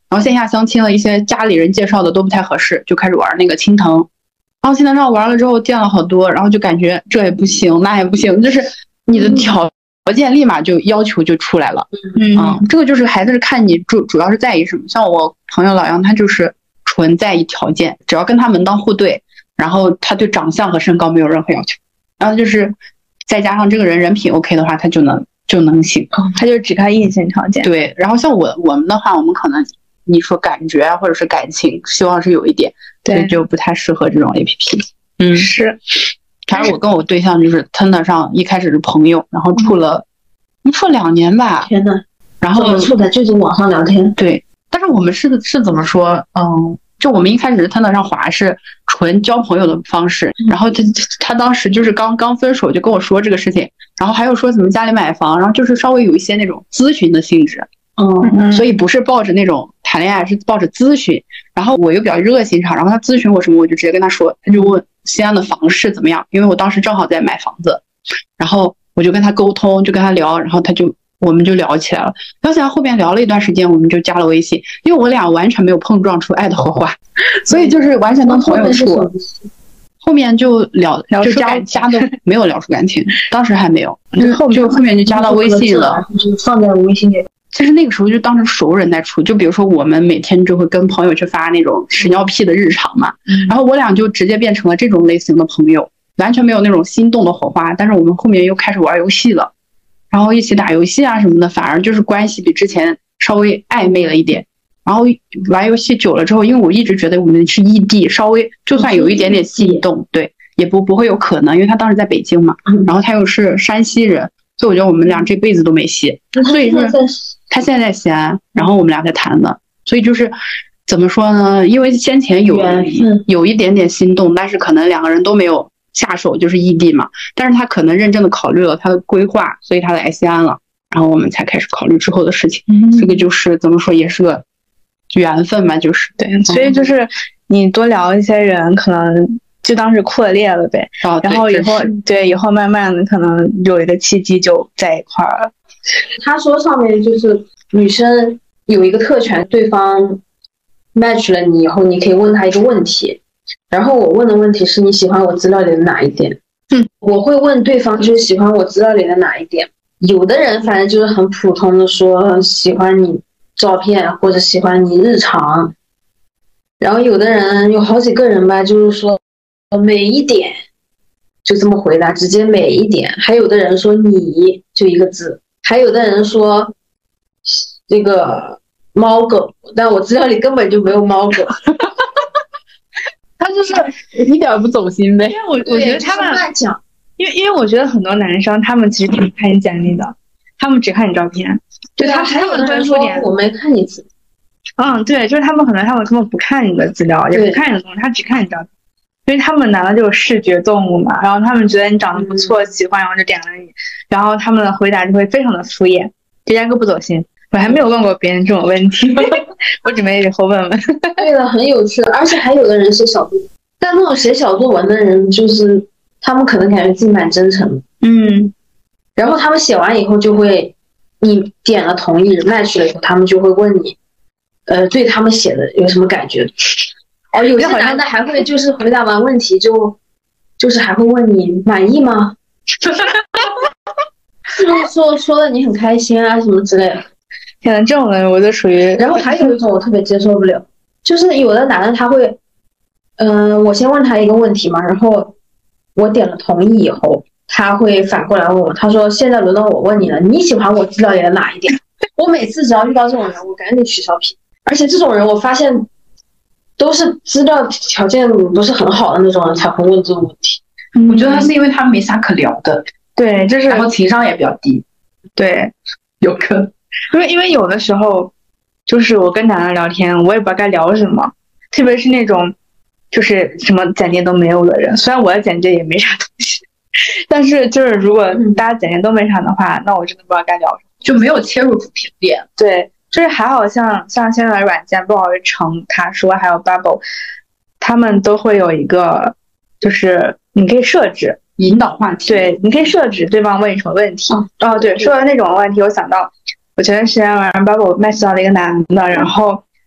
然后线下相亲了一些家里人介绍的都不太合适，就开始玩那个青藤。然后青藤上玩了之后见了好多，然后就感觉这也不行那也不行，就是你的条件立马就要求就出来了。 嗯嗯，这个就是孩子是看你主主要是在意什么。像我朋友老杨他就是纯在意条件，只要跟他门当户对，然后他对长相和身高没有任何要求，然后就是再加上这个人人品 OK 的话，他就能就能行。 他就只看硬性条件。 对，然后像我我们的话，我们可能你说感觉啊或者是感情，希望是有一点，所以就不太适合这种 A P P。嗯， 是。 反正我跟我对象就是 Tinder 上一开始是朋友，然后处了处两年吧。 天呐， 然后处的就是网上聊天。 对，但是我们是是怎么说？嗯，就我们一开始 Tinder 上滑是纯交朋友的方式，然后他他当时就是刚刚分手就跟我说这个事情，然后还有说怎么家里买房，然后就是稍微有一些那种咨询的性质。 嗯， 所以不是抱着那种谈恋爱，是抱着咨询。然后我又比较热心肠，然后他咨询我什么，我就直接跟他说，他就问西安的房市怎么样，因为我当时正好在买房子，然后我就跟他沟通，就跟他聊，然后他就我们就聊起来了。聊起来后面聊了一段时间，我们就加了微信，因为我俩完全没有碰撞出爱的火花，所以就是完全当朋友处。后面就聊聊就加加的没有聊出感情，当时还没有，就后就后面就加到微信了， 就是放在微信里。 其实那个时候就当成熟人在处，就比如说我们每天就会跟朋友去发那种屎尿屁的日常嘛， 嗯、 然后我俩就直接变成了这种类型的朋友，完全没有那种心动的火花。但是我们后面又开始玩游戏了，然后一起打游戏啊什么的，反而就是关系比之前稍微暧昧了一点。然后玩游戏久了之后，因为我一直觉得我们是异地，稍微就算有一点点心动，对，也不不会有可能，因为他当时在北京嘛，然后他又是山西人。所以我觉得我们俩这辈子都没戏，所以是他现在在西安，然后我们俩在谈的，所以就是怎么说呢？因为先前有有一点点心动，但是可能两个人都没有下手，就是异地嘛。但是他可能认真的考虑了他的规划，所以他来西安了，然后我们才开始考虑之后的事情。嗯、这个就是怎么说，也是个缘分吧，就是对，所以就是你多聊一些人，可能。就当是扩列了呗， 哦、 然后以后对以后慢慢的可能有一个契机就在一块儿了。 他说上面就是女生有一个特权，对方 match 了你以后，你可以问他一个问题，然后我问的问题是你喜欢我资料里的哪一点？ 嗯， 我会问对方就是喜欢我资料里的哪一点。有的人反正就是很普通的说喜欢你照片或者喜欢你日常，然后有的人有好几个人吧，就是说。每一点就这么回答，直接每一点。还有的人说你就一个字，还有的人说这个猫狗，但我资料里根本就没有猫狗。 他就是一点不走心呗。 因为我我觉得他们乱讲，因为因为我觉得很多男生他们其实不看你简历的，他们只看你照片。 对啊，还有的人说我没看你字。 嗯，对，就是他们可能他们根本不看你的资料，也不看你的东西，他只看你照片。因为他们男的就是视觉动物嘛，然后他们觉得你长得不错，喜欢，然后就点了你，然后他们的回答就会非常的敷衍，直接个不走心。我还没有问过别人这种问题，我准备以后问问。 对的，很有趣，而且还有的人写小作文，但那种写小作文的人，就是他们可能感觉自己蛮真诚的， 嗯， 然后他们写完以后就会，你点了同意 match 了以后，他们就会问你，呃，对他们写的有什么感觉？哦，有些男的还会就是回答完问题就，就是还会问你满意吗？是不是说说的你很开心啊什么之类的？ 天呐，这种人我就属于。 然后还有一种我特别接受不了，就是有的男的他会，嗯、呃，我先问他一个问题嘛，然后我点了同意以后，他会反过来问我，他说现在轮到我问你了，你喜欢我资料里的哪一点？我每次只要遇到这种人，我赶紧取消屏，而且这种人我发现。都是资料条件不是很好的那种人才会问这种问题。 嗯、我觉得他是因为他没啥可聊的， 对，就是然后情商也比较低， 对， 有可能。 因为因为有的时候，就是我跟男的聊天，我也不知道该聊什么，特别是那种就是什么简历都没有的人。虽然我的简历也没啥东西，但是就是如果大家简历都没啥的话，那我真的不知道该聊什么， 就没有切入主题点。 对。就是还好像像现在的软件，不管是橙、他说还有 Bubble， 他们都会有一个，就是你可以设置引导话题， 对，你可以设置对方问你什么问题。哦，哦对，说到那种问题，我想到我前段时间玩 Bubble match 到了一个男的，然后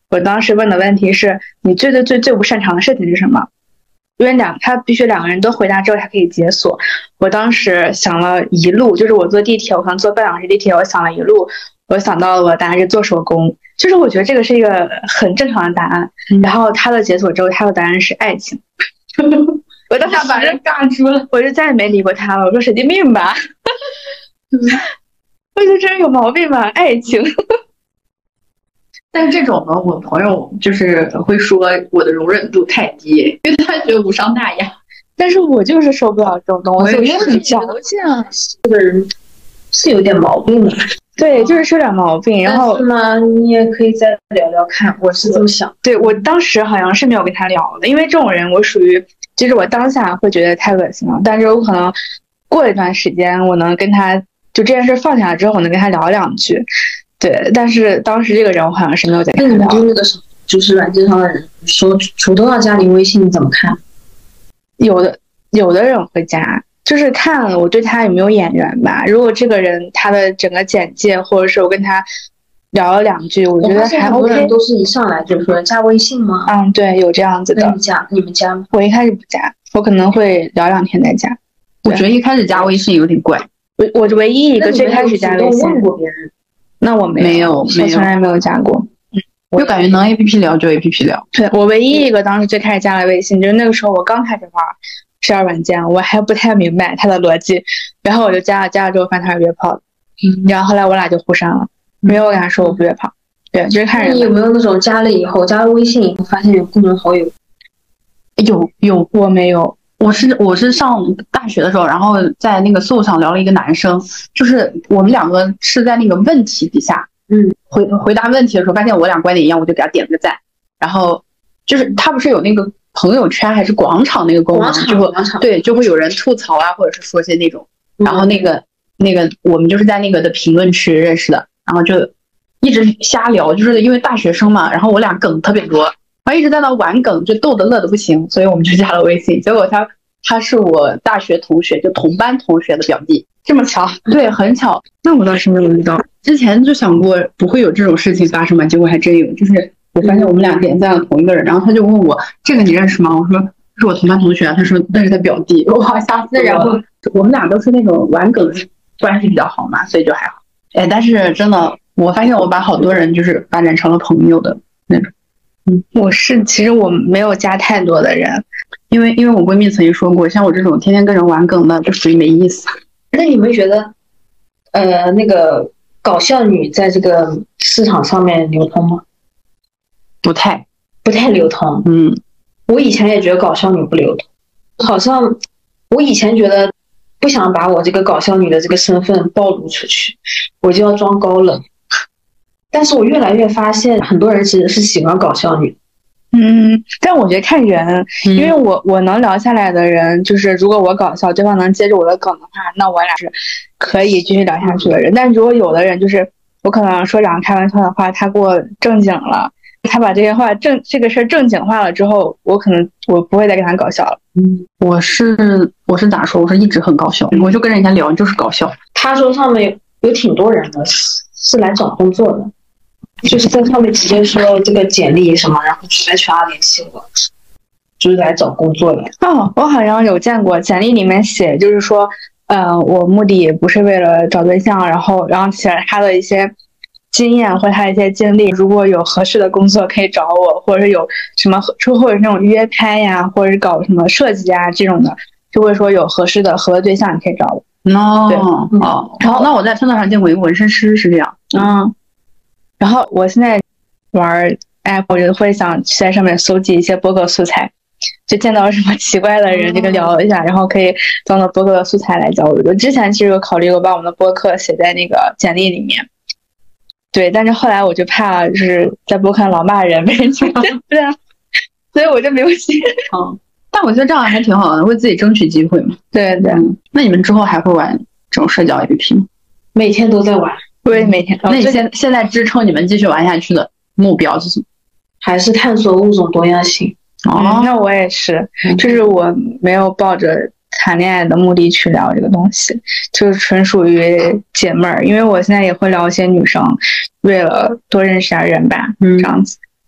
我当时问的问题是你最最最最不擅长的事情是什么？因为两他必须两个人都回答之后才可以解锁。我当时想了一路，就是我坐地铁，我可能坐半小时地铁，我想了一路，我想到了我的答案是做手工，就是我觉得这个是一个很正常的答案。 嗯、 然后他的解锁之后，他的答案是爱情。我当时把人尬住了， 我就再也没理过他了。我说神经病吧，我觉得这人有毛病吧，爱情。 但是这种呢，我朋友就是会说我的容忍度太低，因为他觉得无伤大雅。 但是我就是受不了这种东西，我觉得很矫情。 这个人是有点毛病的， 对，就是有点毛病。然后是吗？你也可以再聊聊看，我是这么想。 对，我当时好像是没有跟他聊的，因为这种人我属于，就是我当下会觉得太恶心了，但是我可能过一段时间，我能跟他就这件事放下来之后，我能跟他聊两句。对，但是当时这个人我好像是没有在跟他聊。 那你们对那个就是软件上的人说主动要加你微信，你怎么看？ 有的有的人会加，就是看我对他有没有眼缘吧。如果这个人他的整个简介，或者是我跟他聊了两句，我觉得还 OK。 很多人都是一上来就说加微信吗？ 嗯，对，有这样子的。 那你加你们加吗？ 我一开始不加，我可能会聊两天再加。 我觉得一开始加微信有点怪。 我我唯一一个最开始加微信。 问过别人？ 那我没没有， 我从来没有加过。 就感觉能 A P P 聊就 A P P 聊。 对，我唯一一个当时最开始加了微信，就是那个时候我刚开始玩社交软件，我还不太明白它的逻辑，然后我就加了，加了之后发现他是约炮的，嗯，然后后来我俩就互删了，没有跟他说我不约炮。对，就是看人。 你有没有那种加了以后，加了微信以后发现有共同好友？ 有有， 我没有。 我是我是上大学的时候，然后在那个搜上聊了一个男生，就是我们两个是在那个问题底下， 嗯， 回回答问题的时候，发现我俩观点一样，我就给他点了个赞。然后就是他不是有那个朋友圈还是广场那个功能，就会对就会有人吐槽啊，或者是说些那种。然后那个、嗯、那个我们就是在那个的评论区认识的，然后就一直瞎聊，就是因为大学生嘛，然后我俩梗特别多。然后一直在那玩梗，就逗得乐得不行，所以我们就加了微信。结果他他是我大学同学，就同班同学的表弟， 这么巧？ 对，很巧。 那我倒是没有遇到， 之前就想过不会有这种事情发生吧，结果还真有。就是我发现我们俩点赞了同一个人，然后他就问我这个你认识吗？我说这是我同班同学，他说那是他表弟。哇，吓死我了！然后我们俩都是那种玩梗关系比较好嘛，所以就还好。哎，但是真的，我发现我把好多人就是发展成了朋友的那种。 嗯，我是其实我没有加太多的人， 因为因为我闺蜜曾经说过，像我这种天天跟人玩梗的，就属于没意思。 那你们觉得，呃，那个搞笑女在这个市场上面流通吗？ 不太， 不太流通。 嗯， 我以前也觉得搞笑女不流通，好像我以前觉得不想把我这个搞笑女的这个身份暴露出去，我就要装高冷。但是我越来越发现，很多人其实是喜欢搞笑女。 嗯，但我觉得看人，嗯、因为我我能聊下来的人，就是如果我搞笑，对方能接住我的梗的话，那我俩是可以继续聊下去的人。但如果有的人，就是我可能说两个开玩笑的话，他给我正经了，他把这些话正这个事儿正经化了之后，我可能我不会再跟他搞笑了。 嗯，我是我是咋说？我是一直很搞笑，我就跟人家聊就是搞笑。 他说上面有挺多人的，是来找工作的。就是在上面直接说这个简历什么，然后 H R 联系我，就是来找工作的。 哦，我好像有见过简历里面写，就是说，呃，我目的不是为了找对象，然后然后写他的一些经验或他的一些经历，如果有合适的工作可以找我，或者是有什么或者是那种约拍呀，或者是搞什么设计啊这种的，就会说有合适的合作对象你可以找我。 哦， 对， 哦，然后那我在推特上见过一个纹身师是这样， 嗯。然后我现在玩 app， 我就会想在上面搜集一些播客素材，就见到什么奇怪的人就跟聊一下，然后可以当做播客的素材来交流。我之前其实有考虑过把我们的播客写在那个简历里面，对，但是后来我就怕就是在播客上老骂人被人觉得对啊，所以我就没有写。 嗯，但我觉得这样还挺好的，为自己争取机会嘛。 对对、 嗯。那你们之后还会玩这种社交 A P P 吗？ 每天都在玩。 对，每天。 那你现现在支撑你们继续玩下去的目标是什么？ 还是探索物种多样性。 哦、嗯，那我也是，就是我没有抱着谈恋爱的目的去聊这个东西，就是纯属于解闷儿。因为我现在也会聊一些女生，为了多认识下人吧，嗯，这样子。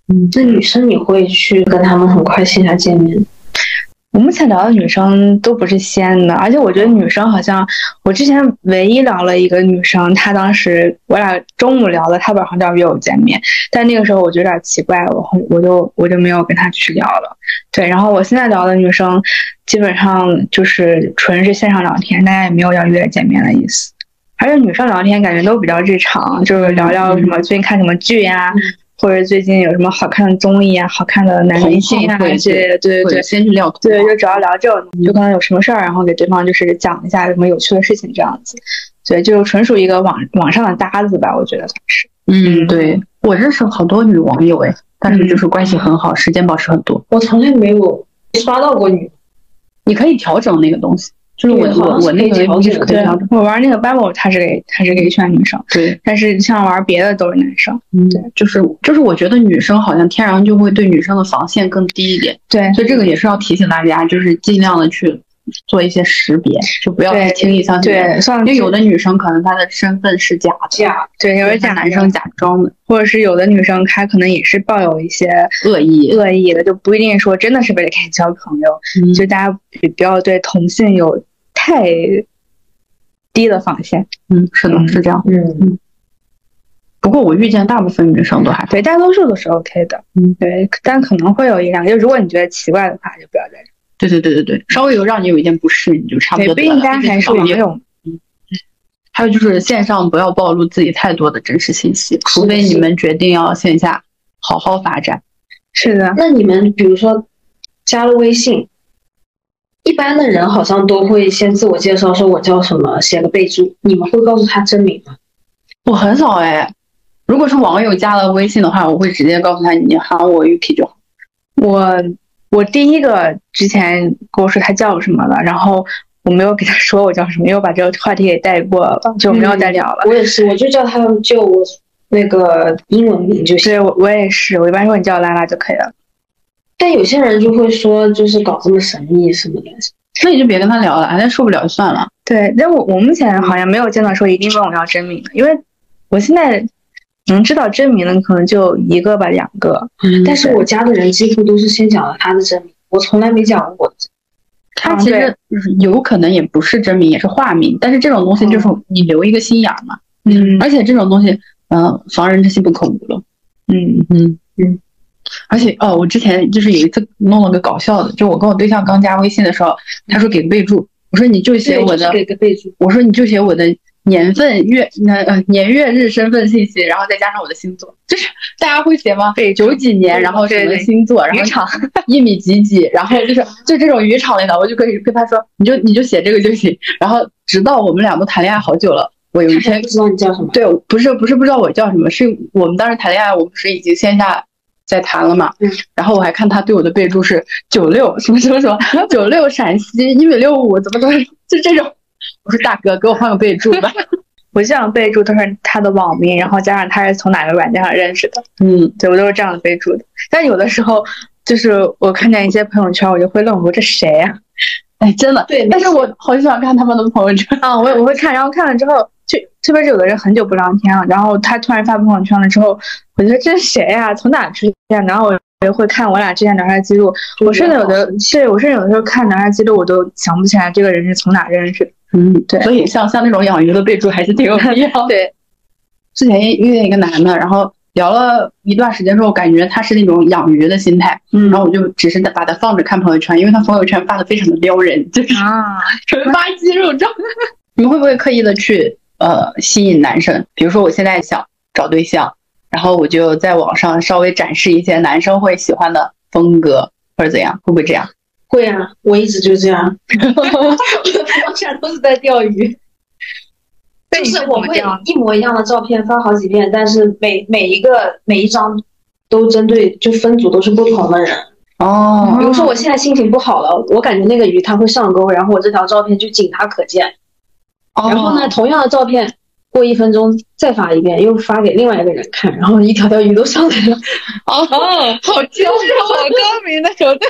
嗯，那女生你会去跟他们很快线下见面？ 我目前聊的女生都不是西安的，而且我觉得女生好像，我之前唯一聊了一个女生，她当时我俩中午聊的，她晚上就要约我见面，但那个时候我就有点奇怪，我我就我就没有跟她继续聊了。对，然后我现在聊的女生，基本上就是纯是线上聊天，大家也没有要约见面的意思。而且女生聊天感觉都比较日常，就是聊聊什么最近看什么剧呀、啊。嗯，或者最近有什么好看的综艺啊，好看的男明星啊之类的，对对对， 先去聊， 对，就主要聊这种，就可能有什么事儿，然后给对方就是讲一下有什么有趣的事情这样子，对，就纯属一个网网上的搭子吧，我觉得算是。 嗯，对，我认识好多女网友哎，但是就是关系很好，时间保持很多。 我从来没有刷到过女， 你可以调整那个东西。就是我我我那个调整， 对，我玩那个 Bubble， 它是给它是给选女生， 对， 但是像玩别的都是男生， 嗯，对，就是就是我觉得女生好像天然就会对女生的防线更低一点， 对， 所以这个也是要提醒大家，就是尽量的去做一些识别，就不要太轻易相信， 对， 因为有的女生可能她的身份是假的， 假， 对，有的假男生假装的， 或者是有的女生她可能也是抱有一些恶意恶意的，就不一定说真的是为了跟你交朋友，嗯，就大家不要对同性有太低的防线。 嗯，是的，是这样。 嗯嗯。 不过我遇见大部分女生都还对，大多数都是 OK 的。嗯，对，但可能会有一两个，就如果你觉得奇怪的话，就不要再。 对对对对对，稍微有让你有一件不适，你就差不多得了。 对，不应该还是网友。 嗯。还有就是线上不要暴露自己太多的真实信息，除非你们决定要线下好好发展。 是的。 那你们比如说加了微信。一般的人好像都会先自我介绍，说我叫什么，写个备注。你们会告诉他真名吗？ 我很少哎。如果是网友加了微信的话，我会直接告诉他你喊我 Yuki 就好。 我我第一个之前跟我说他叫什么了，然后我没有给他说我叫什么，因为我把这个话题给带过了，就没有再聊了。 嗯、我也是，我就叫他就我那个英文名就行。 对，我我也是，我一般说你叫拉拉就可以了。 但有些人就会说，就是搞这么神秘什么的， 那你就别跟他聊了，他受不了就算了。 对，但我我目前好像没有见到说一定问我要真名的，因为我现在能知道真名的可能就一个吧，两个。 嗯，但是我加的人几乎都是先讲了他的真名，我从来没讲过我的真名。 他其实有可能也不是真名，也是化名，但是这种东西就是你留一个心眼嘛。 嗯， 而且这种东西，嗯、呃，防人之心不可无了。 嗯嗯嗯。而且哦，我之前就是有一次弄了个搞笑的，就我跟我对象刚加微信的时候，他说给备注，我说你就写我的， 就是给个备注， 我说你就写我的年份月呃年月日身份信息，然后再加上我的星座，就是大家会写吗？对，九几年，然后什么星座，然后一米几几，然后就是就这种渔场类的，我就可以跟他说，你就你就写这个就行。然后直到我们俩都谈恋爱好久了，我有一天不知道你叫什么， 对，不是不是不知道我叫什么，是我们当时谈恋爱，我们是已经线下在谈了嘛， 嗯， 然后我还看他对我的备注是九六什么什么什么九六陕西一米六五怎么怎么就这种，我说大哥给我换个备注吧。 我这样备注都是他的网名，然后加上他是从哪个软件上认识的， 嗯， 对我都是这样的备注的。但有的时候就是我看见一些朋友圈，我就会愣，我说这谁呀、 啊？哎，真的， 对， 但是我好喜欢看他们的朋友圈啊，我我会看，然后看了之后，就特别是有的人很久不聊天了，然后他突然发朋友圈了之后，我觉得这是谁呀、啊？从哪出现？然后我也会看我俩之前聊天记录，我甚至有的对我甚至有的时候看聊天记录，我都想不起来这个人是从哪认识的。 嗯，对，所以像像那种养鱼的备注还是挺有必要。 对， 之前遇见一个男的，然后聊了一段时间之后，感觉他是那种养鱼的心态，嗯，然后我就只是把他放着看朋友圈，因为他朋友圈发的非常的撩人，就是啊， 纯发肌肉照。你们会不会刻意的去呃吸引男生？比如说我现在想找对象，然后我就在网上稍微展示一些男生会喜欢的风格或者怎样，会不会这样？ 会啊，我一直就这样，我现在都是在钓鱼，就是我会一模一样的照片发好几遍，但是每每一个每一张都针对，就分组都是不同的人。 哦， 比如说我现在心情不好了，我感觉那个鱼它会上钩，然后我这条照片就仅它可见。哦、然后呢，同样的照片过一分钟再发一遍，又发给另外一个人看，然后一条条鱼都上来了。 哦，好精致，好高明的手段。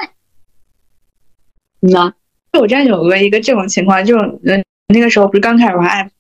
你呢？我之前有过一个这种情况，这种人那个时候不是刚开始玩 app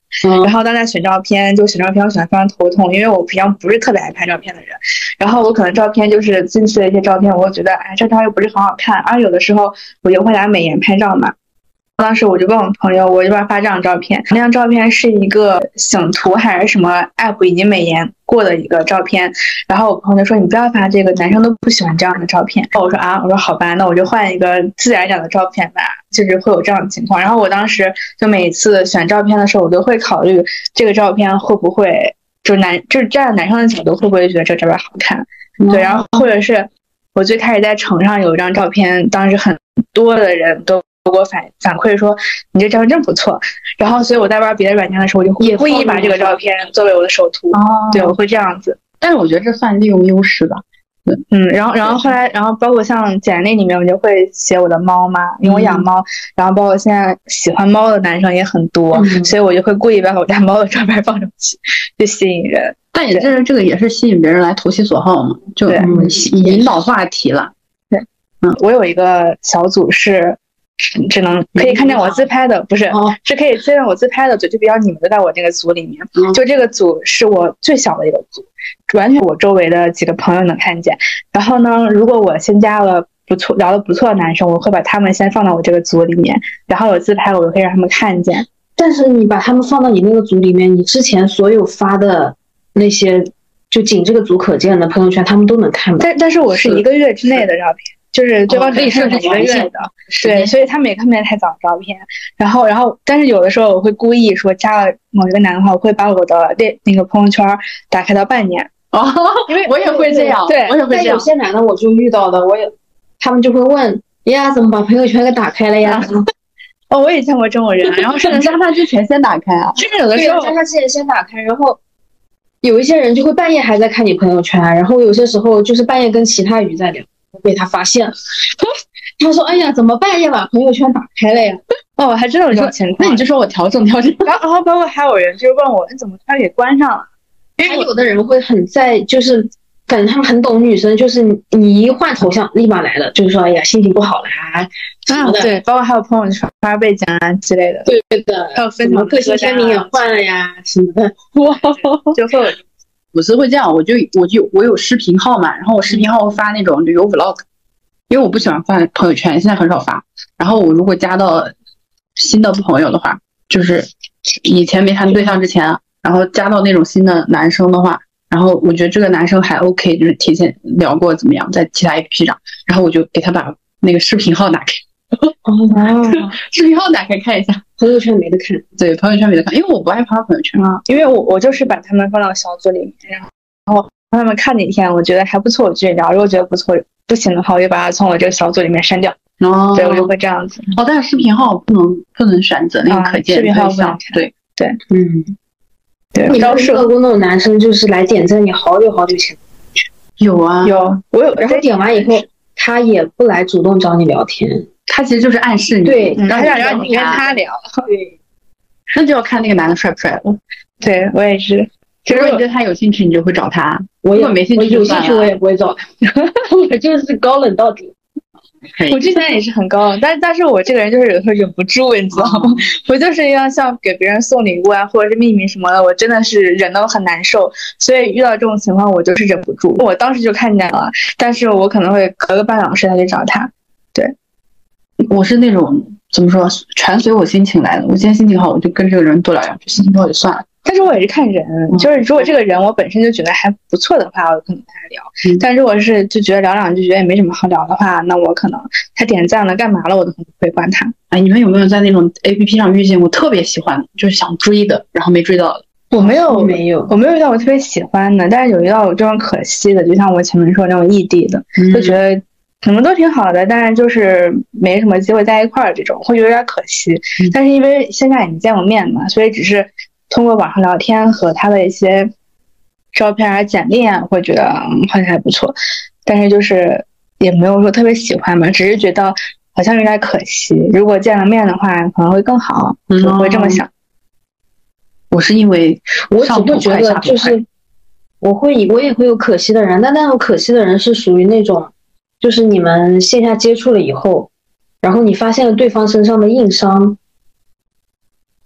嗯、然后当在选照片，就选照片我选的非常头痛，因为我平常不是特别爱拍照片的人，然后我可能照片就是近期的一些照片，我会觉得哎这张又不是很好看，而有的时候我就会拿美颜拍照嘛。当时我就问我朋友，我就帮他发这张照片，那张照片是一个醒图还是什么 app 已经美颜过的一个照片，然后我朋友就说你不要发这个，男生都不喜欢这样的照片。我说啊，我说好吧，那我就换一个自然点的照片吧，就是会有这样的情况。然后我当时就每次选照片的时候，我都会考虑这个照片会不会就是男就是站在男生的角度会不会觉得这照片好看，对，然后或者是我最开始在城上有一张照片，当时很多的人都给我反反馈说你这照片真不错，然后所以我在玩别的软件的时候，我就会故意把这个照片作为我的首图。哦，对，我会这样子。 但是我觉得这算利用优势吧。 嗯，然后然后后来，然后包括像简历里面，我就会写我的猫嘛，因为我养猫，嗯、然后包括现在喜欢猫的男生也很多，嗯、所以我就会故意把我家猫的照片放上去，就吸引人。 但也这这个也是吸引别人来投其所好嘛，就引导话题了。 对，嗯，我有一个小组是。只能可以看见我自拍的，不是，哦、是可以确认我自拍的组，就比较你们都在我这个组里面。嗯、就这个组是我最小的一个组，完全我周围的几个朋友能看见。然后呢，如果我新加了不错聊得不错的男生，我会把他们先放到我这个组里面，然后有自拍我就可以让他们看见。 但是你把他们放到你那个组里面，你之前所有发的那些就仅这个组可见的朋友圈，他们都能看到。 但但是我是一个月之内的照片。就是对方可以设置一个月的，对，所以他们也看不见太早的照片。然后，然后，但是有的时候我会故意说加了某一个男的话，我会把我的那那个朋友圈打开到半年。 哦，因为我也会这样， 对， 我也会这样。 有些男的我就遇到的，我也，他们就会问呀，怎么把朋友圈给打开了呀？ 哦，我也见过这种人，然后甚至加他之前先打开啊， 甚至有的时候加他之前先打开，然后有一些人就会半夜还在看你朋友圈，然后有些时候就是半夜跟其他鱼在聊。被他发现了，他说：“哎呀，怎么半夜把朋友圈打开了呀？” 哦，还真有这种情况。 那你就说我调整调整。 然后，然后包括还有人就问我，你怎么突然给关上了？ 还有的人会很在，就是感觉他们很懂女生，就是你一换头像，立马来了，就是说：“哎呀，心情不好啦。” 啊，对，包括还有朋友圈发背景啊之类的。 对的， 还有分享个性签名也换了呀什么的。 哇，就会有。 我是会这样，我就我就我有视频号嘛，然后我视频号会发那种旅游 vlog， 因为我不喜欢发朋友圈，现在很少发。然后我如果加到新的朋友的话，就是以前没谈对象之前，然后加到那种新的男生的话，然后我觉得这个男生还 OK， 就是提前聊过怎么样，在其他 A P P 上，然后我就给他把那个视频号打开。 哦， 视频号打开看一下， 朋友圈没得看。 对，朋友圈没得看，因为我不爱发朋友圈啊，因为我我就是把他们放到小组里面，然后让他们看哪天我觉得还不错，我继续聊；如果觉得不错不行的话，我就把它从我这个小组里面删掉。哦，对，我就会这样子。 哦，但是视频号不能不能选择那个可见对象，视频号对对， 嗯， 对。 你有遇到过那种男生，就是来点赞你好久好久前？ 有啊， 有，我有。 然后点完以后，他也不来主动找你聊天。 他其实就是暗示你， 对， 然后想让你跟他聊， 对， 那就要看那个男的帅不帅了。 对我也是， 如果你对他有兴趣，你就会找他； 我如果没兴趣， 有兴趣我也不会找他，我就是高冷到底。 我之前也是很高冷，但但是我这个人就是有时候忍不住，你知道吗？我就是要像给别人送礼物啊，或者是秘密什么的，我真的是忍得很难受，所以遇到这种情况我就是忍不住。我当时就看见了，但是我可能会隔个半小时再去找他。对。 我是那种怎么说，全随我心情来的。我今天心情好，我就跟这个人多聊两句；心情不好就算了。 但是我也是看人，嗯、就是如果这个人我本身就觉得还不错的话，我可能跟他聊。嗯、但如果是就觉得聊两句觉得也没什么好聊的话，那我可能他点赞了干嘛了，我都不会管他。 哎，你们有没有在那种 A P P 上遇见过特别喜欢，就是想追的，然后没追到的？ 我没有， 没有， 我没有遇到我特别喜欢的，但是有遇到我这种可惜的，就像我前面说那种异地的，嗯、就觉得。可能都挺好的，但是就是没什么机会在一块儿，这种会有点可惜。嗯、但是因为现在已经见过面嘛，所以只是通过网上聊天和他的一些照片啊、简历啊，会觉得嗯好像还不错。但是就是也没有说特别喜欢吧，只是觉得好像有点可惜。如果见了面的话，可能会更好，嗯、我会这么想。 我是因为我只会觉得就是我会我也会有可惜的人，但那种可惜的人是属于那种。就是你们线下接触了以后，然后你发现了对方身上的硬伤，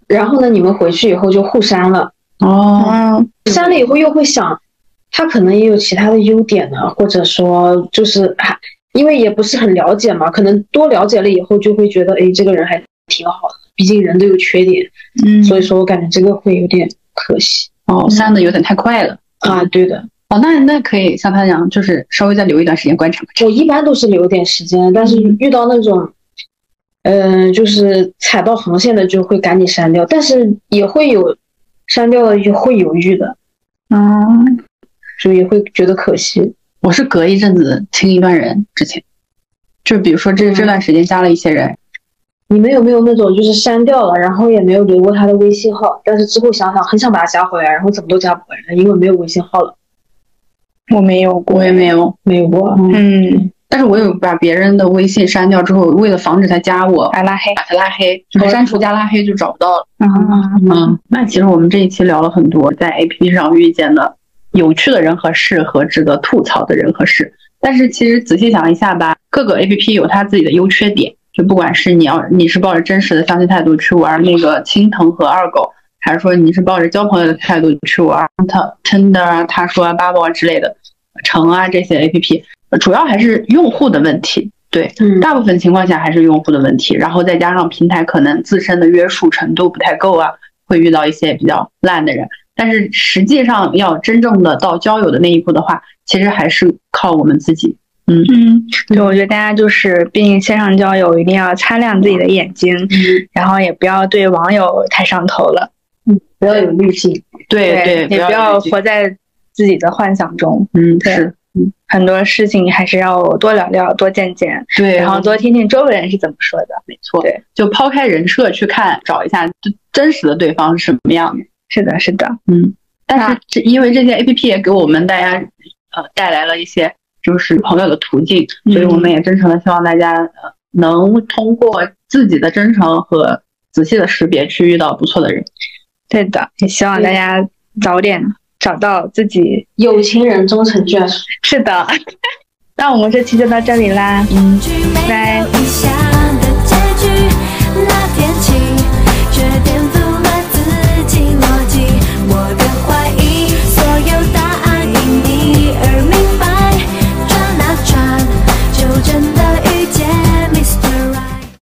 然后呢，你们回去以后就互删了。 哦， 删了以后又会想，他可能也有其他的优点呢，或者说就是还因为也不是很了解嘛，可能多了解了以后就会觉得，哎，这个人还挺好的，毕竟人都有缺点。 嗯， 所以说我感觉这个会有点可惜。 哦，删的有点太快了啊，对的。 哦，那那可以像他这样，就是稍微再留一段时间观察。 我一般都是留点时间，但是遇到那种，嗯、呃，就是踩到红线的就会赶紧删掉，但是也会有删掉了也会犹豫的， 嗯， 所以也会觉得可惜。 我是隔一阵子清一段人，之前就比如说这这段时间加了一些人。 你们有没有那种就是删掉了，然后也没有留过他的微信号，但是之后想想很想把他加回来，然后怎么都加不回来，因为没有微信号了？ 我没有过， 我也没有， 没有过。 嗯， 但是我有把别人的微信删掉之后，为了防止他加我， 把拉黑， 把他拉黑，就是删除加拉黑就找不到了。 嗯嗯，那其实我们这一期聊了很多在 A P P 上遇见的有趣的人和事和值得吐槽的人和事，但是其实仔细想一下吧，各个 A P P 有它自己的优缺点。就不管是你要你是抱着真实的相亲态度去玩那个青藤和二狗，还是说你是抱着交朋友的态度去玩他 Tinder 啊、他说啊、Bubble 啊之类的成啊这些 A P P， 主要还是用户的问题。对， 嗯， 大部分情况下还是用户的问题，然后再加上平台可能自身的约束程度不太够啊，会遇到一些比较烂的人。但是实际上要真正的到交友的那一步的话，其实还是靠我们自己。嗯嗯，对，我觉得大家就是，毕竟线上交友一定要擦亮自己的眼睛，嗯、然后也不要对网友太上头了， 嗯，不要有滤镜， 对对， 也不要活在自己的幻想中， 嗯，是， 嗯，很多事情还是要多聊聊，多见见， 对， 然后多听听周围人是怎么说的， 没错， 对， 就抛开人设去看，找一下真实的对方是什么样的， 是的，是的， 嗯，但是这因为这些 A P P 也给我们大家呃带来了一些。就是朋友的途径，所以我们也真诚的希望大家呃能通过自己的真诚和仔细的识别去遇到不错的人。 对的，也希望大家早点找到自己有情人终成眷属。 是的，那我们这期就到这里啦，嗯，拜拜。